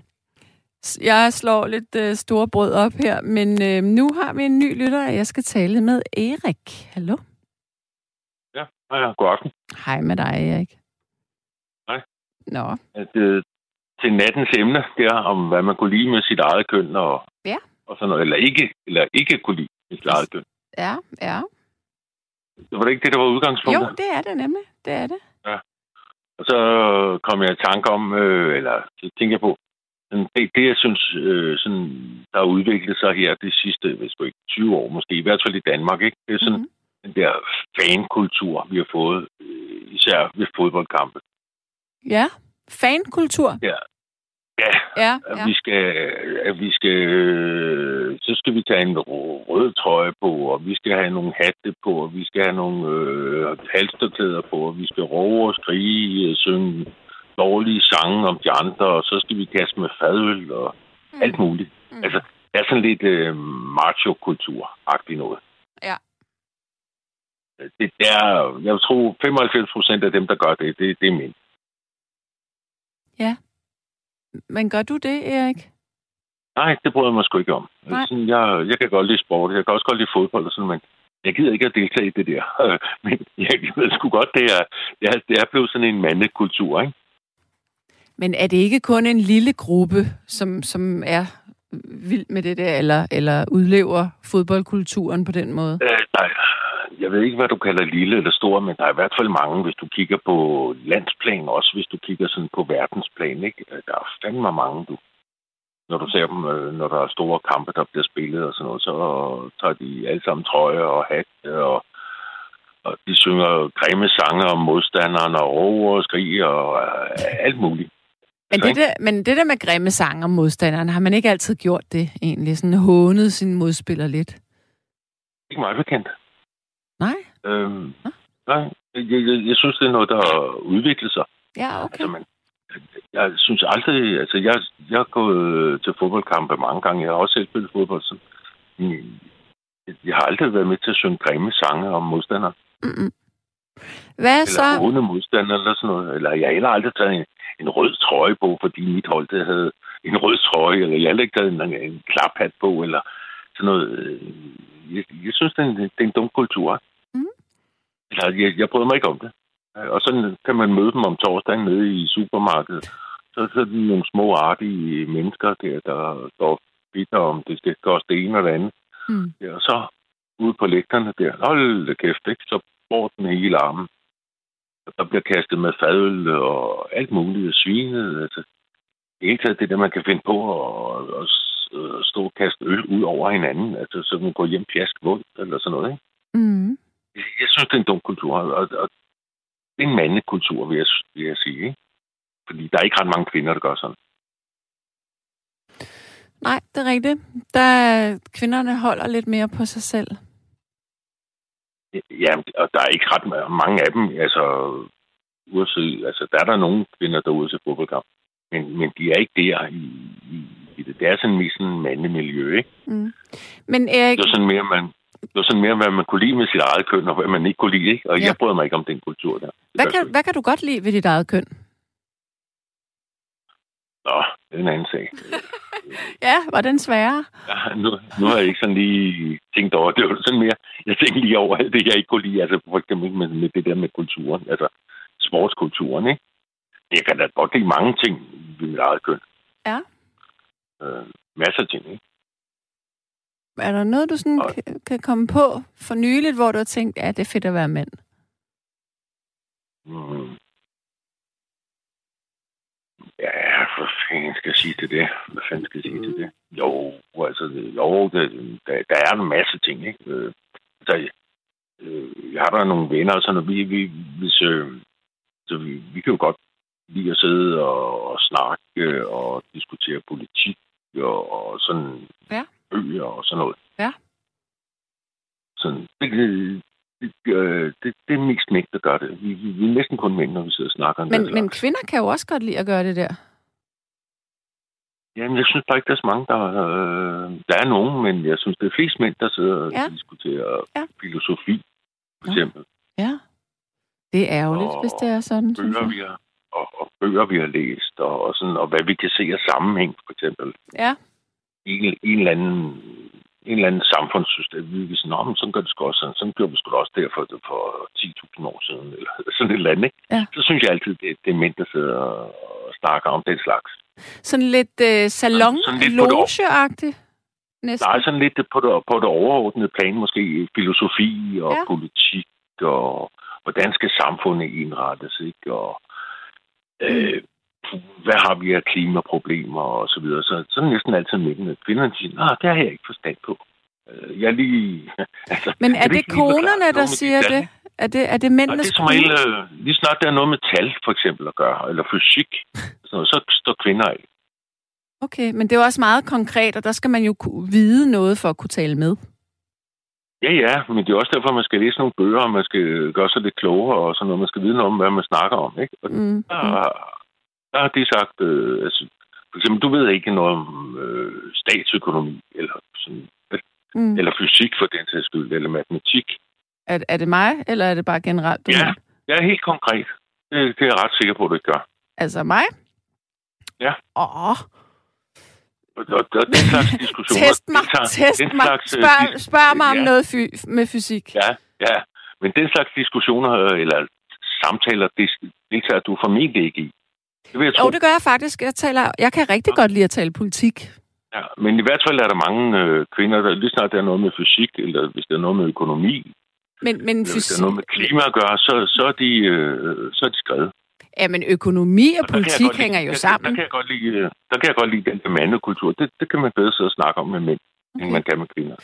[SPEAKER 2] Jeg slår lidt store brød op her, men nu har vi en ny lytter, og jeg skal tale med Erik. Hallo?
[SPEAKER 4] Ja, hej, god aften.
[SPEAKER 2] Hej med dig, Erik.
[SPEAKER 4] Hej.
[SPEAKER 2] Nå.
[SPEAKER 4] Til nattens emne, det er om, hvad man kunne lide med sit eget køn, og sådan noget, eller ikke kunne lide med sit eget køn.
[SPEAKER 2] Ja.
[SPEAKER 4] Var det ikke det, der var udgangspunktet?
[SPEAKER 2] Jo, det er det nemlig. Det er det.
[SPEAKER 4] Ja. Og så kom jeg i tanke om, så tænker jeg på, det jeg synes, sådan, der har udviklet sig her de sidste, hvis du ikke 20 år måske, i hvert fald i Danmark, ikke? Det er sådan den der fankultur, vi har fået, især ved fodboldkampe.
[SPEAKER 2] Ja, fankultur?
[SPEAKER 4] Ja. Så skal vi tage en rød trøje på, og vi skal have nogle hatte på, og vi skal have nogle halsterklæder på, og vi skal råbe og skrige, synge dårlige sange om de andre, og så skal vi kaste med fadøl og alt muligt. Altså, det er sådan lidt macho-kultur-agtigt noget.
[SPEAKER 2] Ja.
[SPEAKER 4] Det er, jeg tror, 95% af dem, der gør det er mænd.
[SPEAKER 2] Ja. Men gør du det, Erik?
[SPEAKER 4] Nej, det bryder jeg mig sgu ikke om. Sådan, jeg kan godt lide sport, jeg kan også godt lide fodbold og sådan, men jeg gider ikke at deltage i det der. Men jeg ved sgu godt, det er blevet sådan en mandekultur, ikke?
[SPEAKER 2] Men er det ikke kun en lille gruppe, som er vild med det der, eller udlever fodboldkulturen på den måde?
[SPEAKER 4] Nej, jeg ved ikke, hvad du kalder lille eller stor, men der er i hvert fald mange, hvis du kigger på landsplan, også hvis du kigger sådan på verdensplan, ikke? Der er fandme mange, du. Når du ser dem, når der er store kampe, der bliver spillet og sådan noget, så tager de alle sammen trøjer og hat, og de synger grimme sange om modstanderen og råber og skriger og alt muligt.
[SPEAKER 2] Men det der med grimme sange om modstanderen, har man ikke altid gjort det egentlig? Sådan hånet sine modspillere lidt?
[SPEAKER 4] Ikke meget bekendt.
[SPEAKER 2] Nej?
[SPEAKER 4] Nej. Jeg synes, det er noget, der udvikler sig.
[SPEAKER 2] Ja, okay.
[SPEAKER 4] Altså, jeg synes aldrig... Altså, jeg har gået til fodboldkampe mange gange. Jeg har også selv spillet fodbold. Så jeg har aldrig været med til at synge grimme sange om modstandere.
[SPEAKER 2] Mm-mm. Hvad
[SPEAKER 4] eller
[SPEAKER 2] så?
[SPEAKER 4] Eller håne modstandere eller sådan noget. Eller jeg har heller aldrig taget en rød trøje på, fordi mit hold det havde en rød trøje. Eller jeg har aldrig taget en klaphat på, eller sådan noget. Jeg synes, det er en dum kultur.
[SPEAKER 2] Mm.
[SPEAKER 4] Eller jeg bryder mig ikke om det. Og så kan man møde dem om torsdagen nede i supermarkedet. Så er det nogle små artige mennesker der står bitter om, det skal koste det ene og det andet.
[SPEAKER 2] Mm.
[SPEAKER 4] Ja, og så ude på lægterne der, hold da kæft, ikke? Så bor den hele armen. Og der bliver kastet med fadøl og alt muligt af svinet. Altså, det er ikke taget det der, man kan finde på og stå og kaste øl ud over hinanden. Altså, så man går hjem pjask vund eller sådan noget, ikke?
[SPEAKER 2] Mm.
[SPEAKER 4] Jeg synes, det er en dum kultur, og det er en mandekultur, vil jeg sige, ikke? Fordi der er ikke ret mange kvinder, der gør sådan.
[SPEAKER 2] Nej, det er rigtigt. Kvinderne holder lidt mere på sig selv.
[SPEAKER 4] Ja, og der er ikke ret mange af dem. Altså, der er der nogle kvinder, der er ude til fodboldkamp. Men de er ikke der i det. Det er sådan mest en mandemiljø, ikke?
[SPEAKER 2] Mm. Men Erik...
[SPEAKER 4] Det er sådan mere, hvad man kunne lide med sit eget køn, og hvad man ikke kunne lide, ikke? Og jeg bryder mig ikke om den kultur der.
[SPEAKER 2] Hvad kan du godt lide ved dit eget køn?
[SPEAKER 4] Nå, det er en anden sag.
[SPEAKER 2] Ja, var den sværere?
[SPEAKER 4] Ja, nu har jeg ikke sådan lige tænkt over. Det var sådan mere, jeg tænkte lige over alt det, jeg ikke kunne lide. Altså for eksempel med det der med kulturen, altså sportskulturen, ikke? Jeg kan da godt lide mange ting ved mit eget køn.
[SPEAKER 2] Ja.
[SPEAKER 4] Masser af ting, ikke?
[SPEAKER 2] Er der noget, du sådan kan komme på for nyligt, hvor du har tænkt, ja, det er fedt at være mand?
[SPEAKER 4] Ja, hvad fanden skal jeg sige til det? Jo, altså, der er en masse ting, ikke? Jeg har der nogle venner, og sådan, vi kan jo godt lide at sidde og snakke og diskutere politik og sådan bøger og sådan noget.
[SPEAKER 2] Ja.
[SPEAKER 4] Sådan, det er mest mænd, der gør det. Vi er næsten kun mænd, når vi sidder og snakker om det.
[SPEAKER 2] Men kvinder kan jo også godt lide at gøre det der.
[SPEAKER 4] Jamen, jeg synes bare ikke, der er så mange, der er nogen, men jeg synes, det er flest mænd, der sidder og diskuterer filosofi, for eksempel.
[SPEAKER 2] Ja, det er ærgerligt, hvis det er sådan, synes jeg.
[SPEAKER 4] Og bøger, vi har læst, og sådan, og hvad vi kan se af sammenhæng, for eksempel.
[SPEAKER 2] Ja.
[SPEAKER 4] En eller anden samfundssystem. Vi siger, men sådan gør det sgu også. Sådan gjorde vi sgu også der for 10.000 år siden, eller sådan et eller andet, ikke?
[SPEAKER 2] Ja.
[SPEAKER 4] Så synes jeg altid, det er mænd, der sidder og snakker om den slags.
[SPEAKER 2] Sådan lidt salon-loge-agtigt?
[SPEAKER 4] Nej, sådan lidt på det overordnede plan, måske filosofi og politik, og hvordan skal samfundet indrettes, ikke? Og hvad har vi af klimaproblemer og så videre. Så er det næsten altid mændene. Kvinderne siger, det har jeg ikke forstand på. Jeg er lige... altså,
[SPEAKER 2] men er det konerne, der siger det? Er det mændenes
[SPEAKER 4] kone? Det er som regel, lige snart der er noget med tal, for eksempel, at gøre, eller fysik, så står kvinder af.
[SPEAKER 2] Okay, men det er jo også meget konkret, og der skal man jo vide noget for at kunne tale med.
[SPEAKER 4] Ja, men det er også derfor, man skal læse nogle bøger, og man skal gøre sig lidt klogere, og sådan noget. Man skal vide noget om, hvad man snakker om, ikke? Og der har de sagt, altså, for eksempel, du ved ikke noget om statsøkonomi, eller sådan, eller fysik for den sags skyld, eller matematik.
[SPEAKER 2] Er det mig, eller er det bare generelt?
[SPEAKER 4] Ja, helt konkret. Det er jeg ret sikker på, at du ikke gør.
[SPEAKER 2] Altså mig?
[SPEAKER 4] Ja.
[SPEAKER 2] Åh.
[SPEAKER 4] Og den slags diskussioner...
[SPEAKER 2] Test mig. Spørg mig om noget med fysik.
[SPEAKER 4] Ja. Men den slags diskussioner eller samtaler, det deltager du formentlig ikke i. Det vil jeg tro.
[SPEAKER 2] Jo, det gør jeg faktisk. Jeg kan rigtig godt lide at tale politik.
[SPEAKER 4] Ja, men i hvert fald er der mange kvinder, der lige snart der er noget med fysik, eller hvis der er noget med økonomi,
[SPEAKER 2] men
[SPEAKER 4] eller hvis der er noget med klima at gøre, så er de skrevet.
[SPEAKER 2] Ja, men økonomi og politik hænger jo sammen.
[SPEAKER 4] Der kan jeg godt lide den der mandekultur. Det kan man bedre sidde og snakke om med mænd, end man kan med kvinder.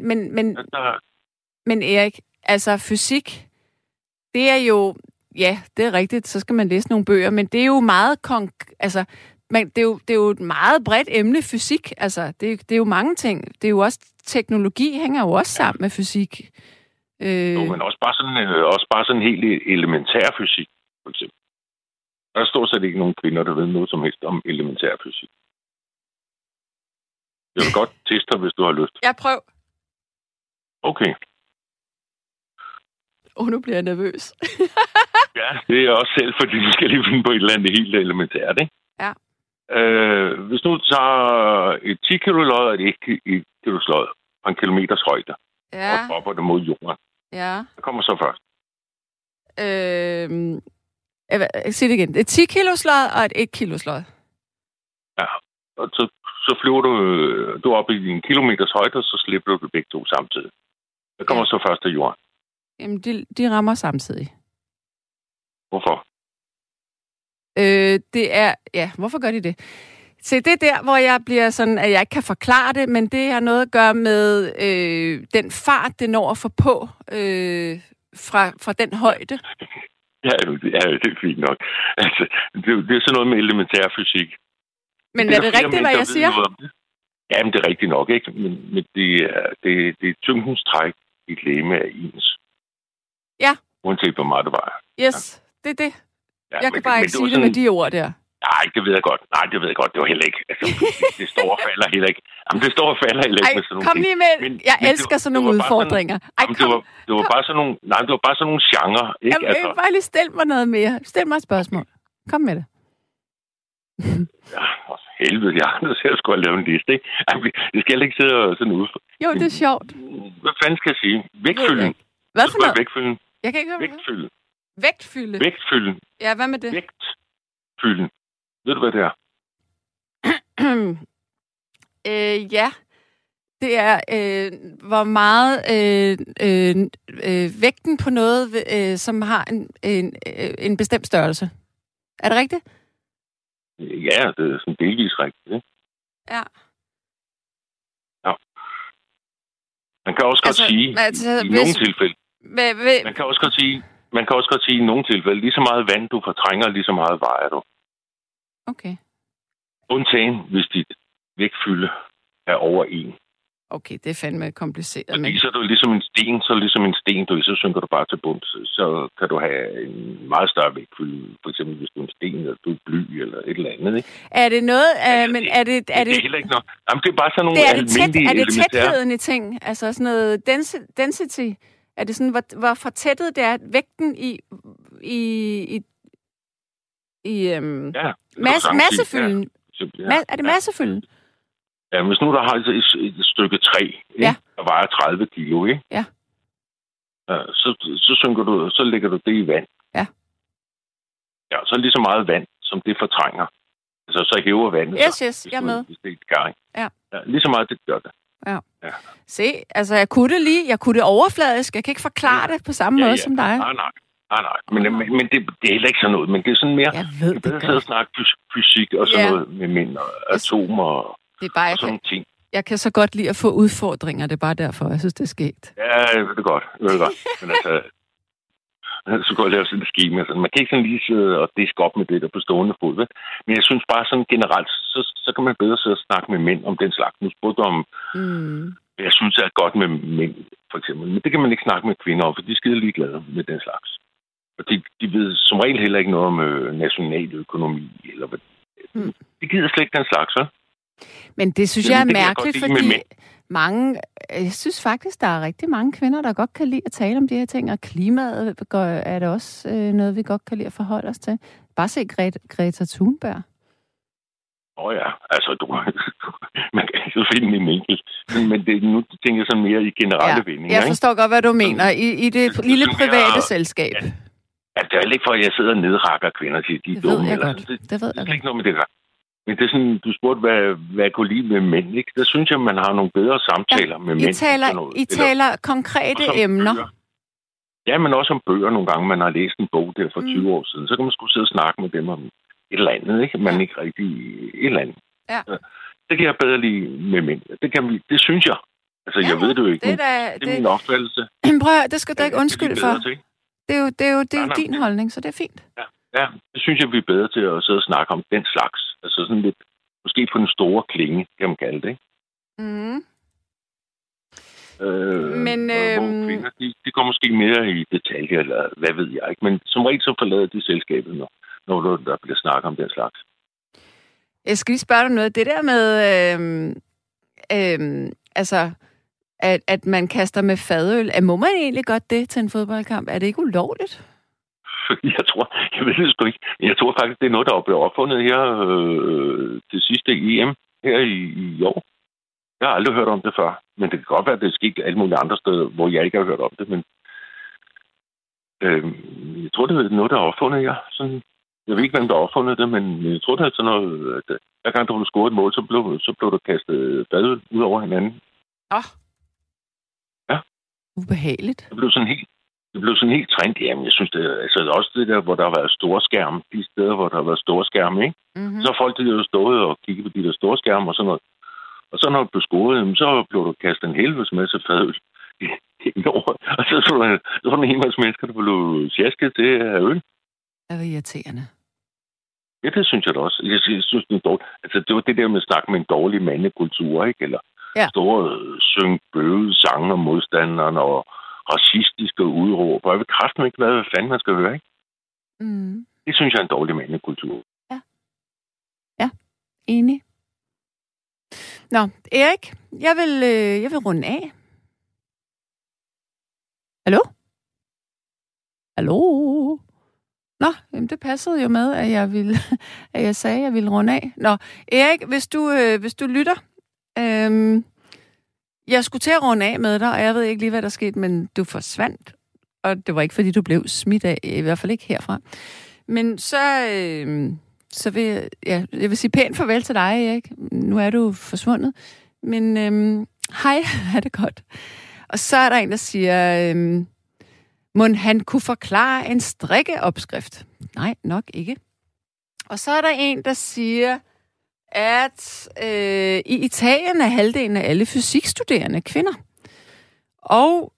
[SPEAKER 2] Men Erik, altså fysik, det er jo... Ja, det er rigtigt. Så skal man læse nogle bøger, men det er jo meget det er jo et meget bredt emne, fysik. Altså, det er jo mange ting. Det er jo også teknologi hænger jo også sammen med fysik.
[SPEAKER 4] Jo, men også bare sådan helt elementær fysik, for eksempel. Der er stort set ikke nogen kvinder, der ved noget som helst om elementær fysik. Jeg vil godt teste dig, hvis du har lyst.
[SPEAKER 2] Jeg prøver.
[SPEAKER 4] Okay.
[SPEAKER 2] Nu bliver jeg nervøs.
[SPEAKER 4] Ja, det er også selv, fordi vi skal lige finde på et eller andet helt elementært, ikke?
[SPEAKER 2] Ja.
[SPEAKER 4] Hvis du tager et 10 kilo lod og et 1 kilo lod på 1 kilometers højde, og dropper det mod jorden, hvad kommer så først?
[SPEAKER 2] Sig det igen. Et 10 kilo lod og et 1 kilo lod.
[SPEAKER 4] Ja, og så flyver du op i en kilometers højde, og så slipper du begge to samtidig. Hvad kommer så først til jorden?
[SPEAKER 2] Jamen, de rammer samtidig.
[SPEAKER 4] Hvorfor?
[SPEAKER 2] Det er... Ja, hvorfor gør de det? Se, det er der, hvor jeg bliver sådan, at jeg ikke kan forklare det, men det har noget at gøre med den fart, det når at få på fra den højde.
[SPEAKER 4] Ja, det er fint nok. Altså, det er sådan noget med elementær fysik.
[SPEAKER 2] Men er det rigtigt, hvad jeg siger?
[SPEAKER 4] Jamen, det er rigtigt nok, ikke? Men det er tyngdens træk i et legeme af ens.
[SPEAKER 2] Ja.
[SPEAKER 4] Uanset hvor meget det var.
[SPEAKER 2] Yes, det er det.
[SPEAKER 4] Ja,
[SPEAKER 2] jeg kan bare ikke sige det med de ord der.
[SPEAKER 4] Nej, det ved jeg godt. Det var heller ikke. Altså, det står og falder heller ikke. Jamen, det står og falder heller ikke med sådan nogle
[SPEAKER 2] kom lige med. Jeg elsker sådan nogle udfordringer.
[SPEAKER 4] Det var bare sådan nogle... Nej, det var bare sådan nogle genre, ikke?
[SPEAKER 2] Jamen, altså. Bare lige stil mig noget mere. Stil mig et spørgsmål. Kom med det.
[SPEAKER 4] Ja, for helvede, jeg har nødt til at skulle lave en liste, ikke? Jeg skal ikke sidde og sådan ud.
[SPEAKER 2] Jo, det er sjovt.
[SPEAKER 4] Hvad fanden skal jeg sige? Vægtfylden.
[SPEAKER 2] Hvad for noget?
[SPEAKER 4] Vægtfylden.
[SPEAKER 2] Jeg kan ikke høre
[SPEAKER 4] Vægtfylden.
[SPEAKER 2] Vægtfylden? Ja, hvad med det?
[SPEAKER 4] Vægtfylden. Ved du, hvad det er?
[SPEAKER 2] Ja. Det er, hvor meget vægten på noget, som har en bestemt størrelse. Er det rigtigt?
[SPEAKER 4] Ja, det er sådan delvis rigtigt, ikke?
[SPEAKER 2] Ja.
[SPEAKER 4] Ja. Man kan også godt sige, i nogle tilfælde... Man kan også godt sige, i nogle tilfælde, lige så meget vand du fortrænger, lige så meget vejer du.
[SPEAKER 2] Okay.
[SPEAKER 4] Undtagen, hvis dit vægtfylde er over 1.
[SPEAKER 2] Okay, det er fandme kompliceret.
[SPEAKER 4] Fordi så er du ligesom en sten, så synker du bare til bunds. Så kan du have en meget større vægtfylde, for eksempel hvis du er en sten, eller du er bly, eller et eller andet, ikke?
[SPEAKER 2] Er det noget... men er det...
[SPEAKER 4] Det er heller ikke noget... Jamen, det er bare sådan nogle almindelige...
[SPEAKER 2] Er det tætheden i ting? Altså sådan noget density? Er det sådan, hvor fortættet det er vægten i massefylden? Ja. Er det massefylden?
[SPEAKER 4] Ja, hvis nu der har et stykke træ, der vejer 30 kilo, ikke?
[SPEAKER 2] Ja.
[SPEAKER 4] Så synker du, så lægger du det i vand.
[SPEAKER 2] Ja.
[SPEAKER 4] Ja, så lige så meget vand, som det fortrænger. Altså, så hæver vandet
[SPEAKER 2] sig. Yes, jeg er med.
[SPEAKER 4] Hvis det er et gang.
[SPEAKER 2] Ja.
[SPEAKER 4] Lige så meget, det gør det.
[SPEAKER 2] Ja. Se, altså, jeg kunne det overfladisk. Jeg kan ikke forklare det på samme måde som dig.
[SPEAKER 4] Nej. Men det er heller ikke sådan noget. Men det er sådan mere...
[SPEAKER 2] Jeg ved det godt.
[SPEAKER 4] At snakke fysik og sådan noget med mænd og atomer
[SPEAKER 2] det er bare,
[SPEAKER 4] og sådan nogle ting.
[SPEAKER 2] Jeg kan så godt lide at få udfordringer. Det er bare derfor, jeg synes, det er skægt.
[SPEAKER 4] Ja, jeg ved det godt. Men altså... så går jeg lave sådan et schema. Man kan ikke sådan lige sidde og diske op med det der på stående fod. Vel? Men jeg synes bare sådan generelt, så kan man bedre sidde og snakke med mænd om den slags. Nu spurgte om, jeg synes er godt med mænd, for eksempel. Men det kan man ikke snakke med kvinder om, for de er skide ligeglade med den slags. Og de ved som regel heller ikke noget om nationaløkonomi. Eller hvad. De gider slet ikke den slags, så. Men
[SPEAKER 2] det synes jeg er mærkeligt, fordi jeg synes faktisk, der er rigtig mange kvinder, der godt kan lide at tale om de her ting, og klimaet er det også noget, vi godt kan lide at forholde os til. Bare se Greta Thunberg.
[SPEAKER 4] Ja, altså man kan jo finde en enkelt. Men det, nu tænker jeg sådan mere i generelle vendinger.
[SPEAKER 2] Jeg forstår godt, hvad du mener. I det lille private selskab.
[SPEAKER 4] Ja, det er ikke for, at jeg sidder og nedrakker kvinder og siger, de er dumme.
[SPEAKER 2] Det ved jeg
[SPEAKER 4] godt. Ikke noget med det der. Men det er sådan, du spurgte, hvad jeg kunne lide med mænd, ikke? Der synes jeg, man har nogle bedre samtaler med mænd.
[SPEAKER 2] I taler konkrete emner.
[SPEAKER 4] Ja, men også om bøger nogle gange. Man har læst en bog der for 20 år siden. Så kan man sgu sidde og snakke med dem om et eller andet, ikke? Man ikke rigtig et eller andet.
[SPEAKER 2] Ja.
[SPEAKER 4] Det kan jeg bedre lide med mænd. Det synes jeg. Altså, jeg ved det jo ikke. Det er min opfattelse.
[SPEAKER 2] Prøv at, det skal du ikke undskylde for. Det er jo din holdning, så det er fint.
[SPEAKER 4] Ja, det synes jeg, vi er bedre til at sidde og snakke om den slags. Altså sådan lidt, måske på den store klinge, kan man kalde det, ikke?
[SPEAKER 2] Mm.
[SPEAKER 4] Men kvinder, de går måske mere i detaljer, eller hvad ved jeg ikke. Men som regel så forlader de selskabet, når der bliver snakket om den slags.
[SPEAKER 2] Jeg skal lige spørge dig noget. Det der med, altså, at man kaster med fadøl, må man egentlig godt det til en fodboldkamp? Er det ikke ulovligt?
[SPEAKER 4] Jeg ved det sgu ikke. Jeg tror faktisk, det er noget, der er blevet opfundet her til sidste EM her i år. Jeg har aldrig hørt om det før. Men det kan godt være, at det er sket alle mulige andre steder, hvor jeg ikke har hørt om det. Men jeg tror, det er noget, der er opfundet her. Sådan, jeg ved ikke, hvem der har opfundet det, men jeg tror, det er sådan noget, at hver gang der blev scoret et mål, så blev der kastet fadøl ud over hinanden. Ja.
[SPEAKER 2] Ubehageligt.
[SPEAKER 4] Det blev sådan helt trend. Jamen, jeg synes, det er altså også det der, hvor der har været store skærme. De steder, hvor der har været store skærme, ikke? Mm-hmm. Så har folk jo stået og kigget på de der store skærme og sådan noget. Og så når du blev scoret, så blev du kastet en helvedes masse fadøl over. Og så var der en hel masse mennesker, der blev sjasket til af øl.
[SPEAKER 2] Det var irriterende.
[SPEAKER 4] Ja, det synes jeg da også. Jeg synes, det er dårligt. Altså, det var det der med at snakke med en dårlig mandekultur, ikke? Eller store synge bøde sange om modstanderne og racistiske udråb. Og jeg ved kraften ikke, hvad fanden man skal høre, ikke?
[SPEAKER 2] Mm.
[SPEAKER 4] Det synes jeg er en dårlig mandekultur.
[SPEAKER 2] Ja, enig. Nå, Erik, jeg vil runde af. Hallo? Nå, jamen det passede jo med, at jeg sagde, at jeg ville runde af. Nå, Erik, hvis du lytter, jeg skulle til at runde af med dig, og jeg ved ikke lige, hvad der skete, men du forsvandt, og det var ikke, fordi du blev smidt af, i hvert fald ikke herfra. Men så vil jeg vil sige pænt farvel til dig, Erik. Nu er du forsvundet. Men hej, er det godt. Og så er der en, der siger, mon han kunne forklare en strikkeopskrift? Nej, nok ikke. Og så er der en, der siger, at i Italien er halvdelen af alle fysikstuderende kvinder. Og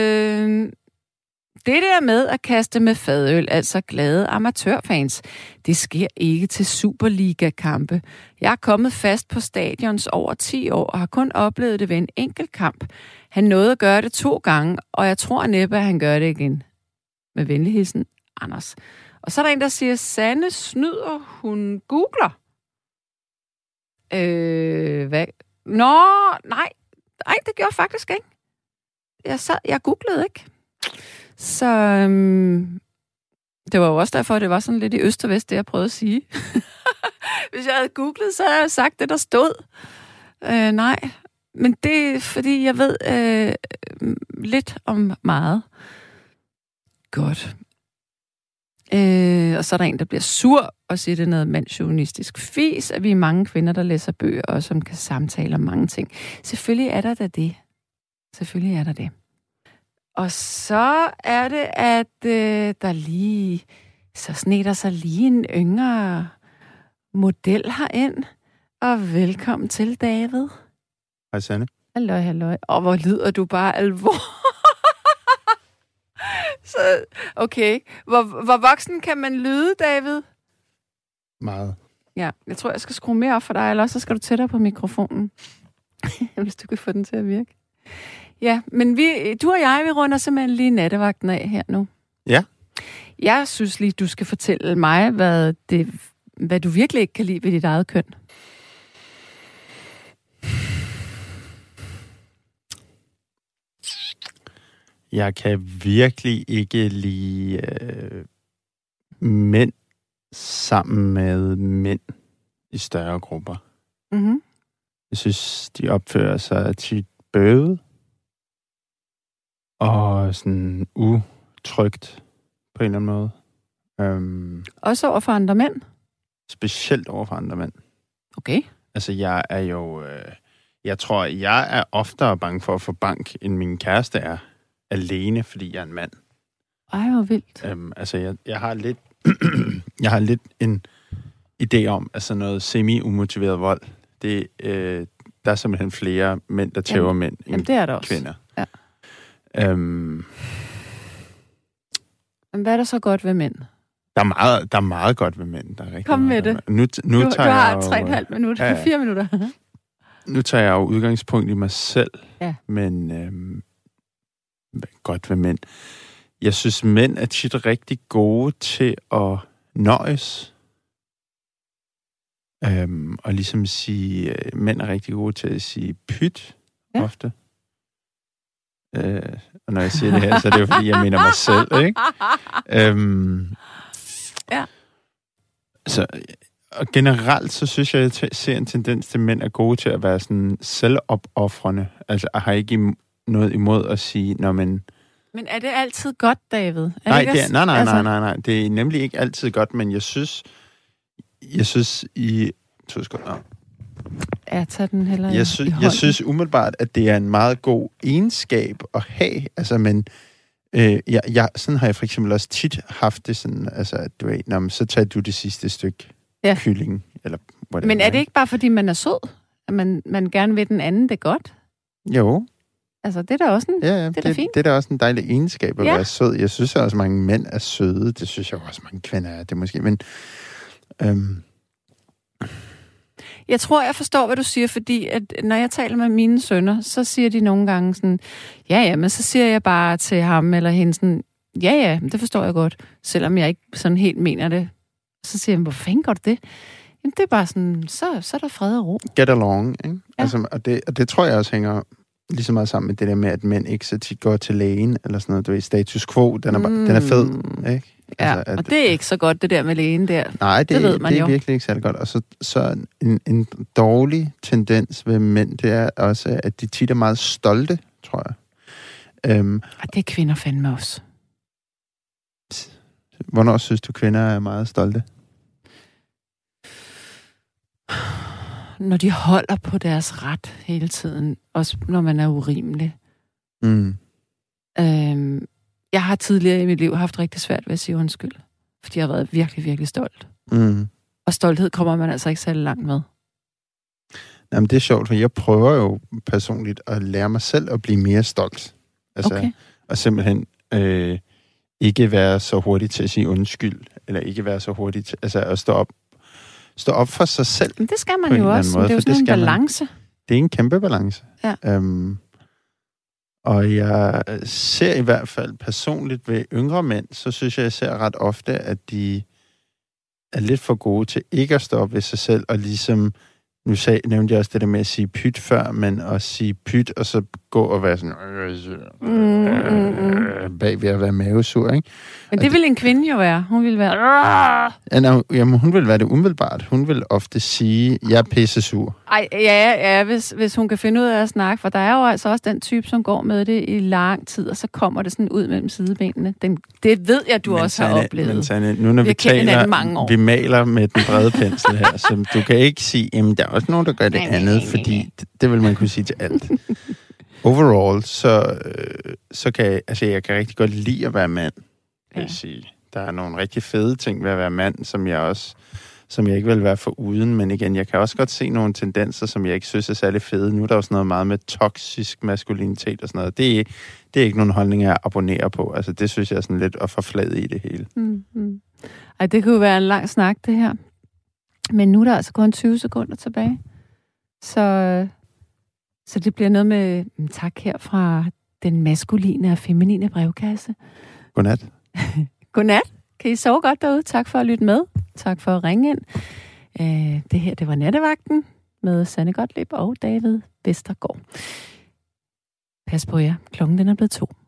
[SPEAKER 2] det der med at kaste med fadøl, altså glade amatørfans, det sker ikke til Superliga-kampe. Jeg er kommet fast på stadions over 10 år og har kun oplevet det ved en enkelt kamp. Han nåede at gøre det 2 gange, og jeg tror næppe, at han gør det igen. Med venlig hilsen, Anders. Og så er der en, der siger, Sanne snyder, hun googler. Hvad? Nå, nej, det gjorde jeg faktisk ikke. Jeg googlede ikke. Så det var jo også derfor, at det var sådan lidt i øst og vest, det jeg prøvede at sige. Hvis jeg havde googlet, så havde jeg sagt det, der stod. Nej, men det er, fordi jeg ved lidt om meget. Godt. Og så er der en, der bliver sur og siger, det er noget mandsjournalistisk fis, at vi er mange kvinder, der læser bøger og som kan samtale om mange ting. Selvfølgelig er der da det. Selvfølgelig er der det. Og så er det, at så snetter sig lige en yngre model herind. Og velkommen til, David.
[SPEAKER 5] Hej, Sanne.
[SPEAKER 2] Halløj. Og hvor lyder du bare alvor. Så, okay. Hvor voksen kan man lyde, David?
[SPEAKER 5] Meget.
[SPEAKER 2] Ja, jeg tror, jeg skal skrue mere op for dig, eller også så skal du tættere på mikrofonen. Hvis du kan få den til at virke. Ja, men du og jeg, vi runder simpelthen lige nattevagten af her nu.
[SPEAKER 5] Ja.
[SPEAKER 2] Jeg synes lige, du skal fortælle mig, hvad du virkelig ikke kan lide ved dit eget køn.
[SPEAKER 5] Jeg kan virkelig ikke lide mænd sammen med mænd. i større grupper.
[SPEAKER 2] Mm-hmm.
[SPEAKER 5] Jeg synes, de opfører sig tit bøvet og sådan utrygt på en eller anden måde.
[SPEAKER 2] Også over for andre mænd?
[SPEAKER 5] Specielt over for andre mænd.
[SPEAKER 2] Okay.
[SPEAKER 5] Altså, jeg er jo... jeg tror, jeg er oftere bange for at få bank, end min kæreste er. Alene, fordi jeg er en mand.
[SPEAKER 2] Ej, hvor vildt.
[SPEAKER 5] Altså, jeg har lidt... jeg har lidt en idé om, at sådan noget semi-umotiveret vold, det, der er simpelthen flere mænd, der tæver mænd end
[SPEAKER 2] det er der også.
[SPEAKER 5] Kvinder.
[SPEAKER 2] Ja. Men hvad er der så godt ved mænd?
[SPEAKER 5] Der er meget godt ved mænd. Der er rigtig
[SPEAKER 2] Kom med det.
[SPEAKER 5] Nu
[SPEAKER 2] du har 3,5 minutter.
[SPEAKER 5] Ja.
[SPEAKER 2] 4 minutter.
[SPEAKER 5] Nu tager jeg jo udgangspunkt i mig selv.
[SPEAKER 2] Ja.
[SPEAKER 5] Men godt ved mænd. Jeg synes, mænd er tit rigtig gode til at nøjes. Og ligesom sige, mænd er rigtig gode til at sige pyt ofte. Og når jeg siger det her, så er det jo, fordi jeg mener mig selv, ikke?
[SPEAKER 2] Ja.
[SPEAKER 5] Så, og generelt, så synes jeg, at jeg ser en tendens til, at mænd er gode til at være sådan selvopoffrende. Altså, jeg har ikke noget imod at sige, når man... Men
[SPEAKER 2] er det altid godt, David?
[SPEAKER 5] Nej, det er nemlig ikke altid godt, men jeg synes i...
[SPEAKER 2] Ja, tag den heller
[SPEAKER 5] jeg synes umiddelbart, at det er en meget god egenskab at have. Altså, men sådan har jeg for eksempel også tit haft det sådan, altså, at du ved, så tager du det sidste stykke kylling, eller whatever.
[SPEAKER 2] Men er det ikke bare, fordi man er sød? At man gerne vil den anden det godt?
[SPEAKER 5] Jo.
[SPEAKER 2] Altså, det er da også det er fint.
[SPEAKER 5] Det er da også en dejlig egenskab at være sød. Jeg synes også, at mange mænd er søde. Det synes jeg også, mange kvinder er. Det måske, men...
[SPEAKER 2] Jeg tror, jeg forstår, hvad du siger, fordi at når jeg taler med mine sønner, så siger de nogle gange sådan, men så siger jeg bare til ham eller hende sådan, det forstår jeg godt, selvom jeg ikke sådan helt mener det. Så siger jeg, hvor fanden gør du det? Jamen, det er bare sådan, så er der fred og ro.
[SPEAKER 5] Get along, ikke?
[SPEAKER 2] Ja.
[SPEAKER 5] Altså, og det tror jeg også hænger lige så meget sammen med det der med, at mænd ikke så tit går til lægen, eller sådan noget, du ved, status quo, den er fed, ikke?
[SPEAKER 2] Ja, altså, og det er ikke så godt, det der med lægen der.
[SPEAKER 5] Nej, det
[SPEAKER 2] ved man
[SPEAKER 5] det er
[SPEAKER 2] jo.
[SPEAKER 5] Virkelig ikke særlig godt. Og så en dårlig tendens ved mænd, det er også, at de tit er meget stolte, tror jeg.
[SPEAKER 2] Og det er kvinder fandme også.
[SPEAKER 5] Hvornår synes du, kvinder er meget stolte?
[SPEAKER 2] Når de holder på deres ret hele tiden, også når man er urimelig. Jeg har tidligere i mit liv haft rigtig svært ved at sige undskyld, fordi jeg har været virkelig, virkelig stolt. Og stolthed kommer man altså ikke særlig langt med.
[SPEAKER 5] Jamen, det er sjovt, for jeg prøver jo personligt at lære mig selv at blive mere stolt. Altså, og simpelthen ikke være så hurtig til at sige undskyld, eller ikke være så hurtig til at stå op for sig selv.
[SPEAKER 2] Men det skal man jo også, måde, det er jo sådan en balance.
[SPEAKER 5] Det er en kæmpe balance.
[SPEAKER 2] Ja.
[SPEAKER 5] Og jeg ser i hvert fald personligt ved yngre mænd, så synes jeg ser ret ofte, at de er lidt for gode til ikke at stå op ved sig selv, og ligesom, nævnte jeg også det der med at sige pyt før, men at sige pyt, og så gå og være sådan, bag ved at være mavesur, ikke?
[SPEAKER 2] Men det vil en kvinde jo være. Hun vil være...
[SPEAKER 5] Jamen, hun vil være det umiddelbart. Hun vil ofte sige, jeg er pissesur.
[SPEAKER 2] Ej, hvis hun kan finde ud af at snakke, for der er jo altså også den type, som går med det i lang tid, og så kommer det sådan ud mellem sidebenene. Det ved jeg, du også har oplevet.
[SPEAKER 5] Men Sanne, nu når vi maler med den brede pensel her, så du kan ikke sige, jamen, der er også nogen, der gør det andet, fordi det vil man kunne sige til alt. Overall, så kan jeg kan rigtig godt lide at være mand, vil jeg sige. Der er nogle rigtig fede ting ved at være mand, som jeg ikke vil være foruden, men igen, jeg kan også godt se nogle tendenser, som jeg ikke synes er særlig fede. Nu er der også noget meget med toksisk maskulinitet og sådan noget. Det er ikke nogen holdning, jeg abonnerer på. Altså, det synes jeg er sådan lidt at forflade i det hele.
[SPEAKER 2] Ej, det kunne være en lang snak, det her. Men nu er der altså kun 20 sekunder tilbage. Så det bliver noget med tak her fra den maskuline og feminine brevkasse.
[SPEAKER 5] Godnat.
[SPEAKER 2] Godnat. Kan I sove godt derude? Tak for at lytte med. Tak for at ringe ind. Det her, det var Nattevagten med Sanne Gottlieb og David Vestergaard. Pas på jer. Klokken den er blevet 2.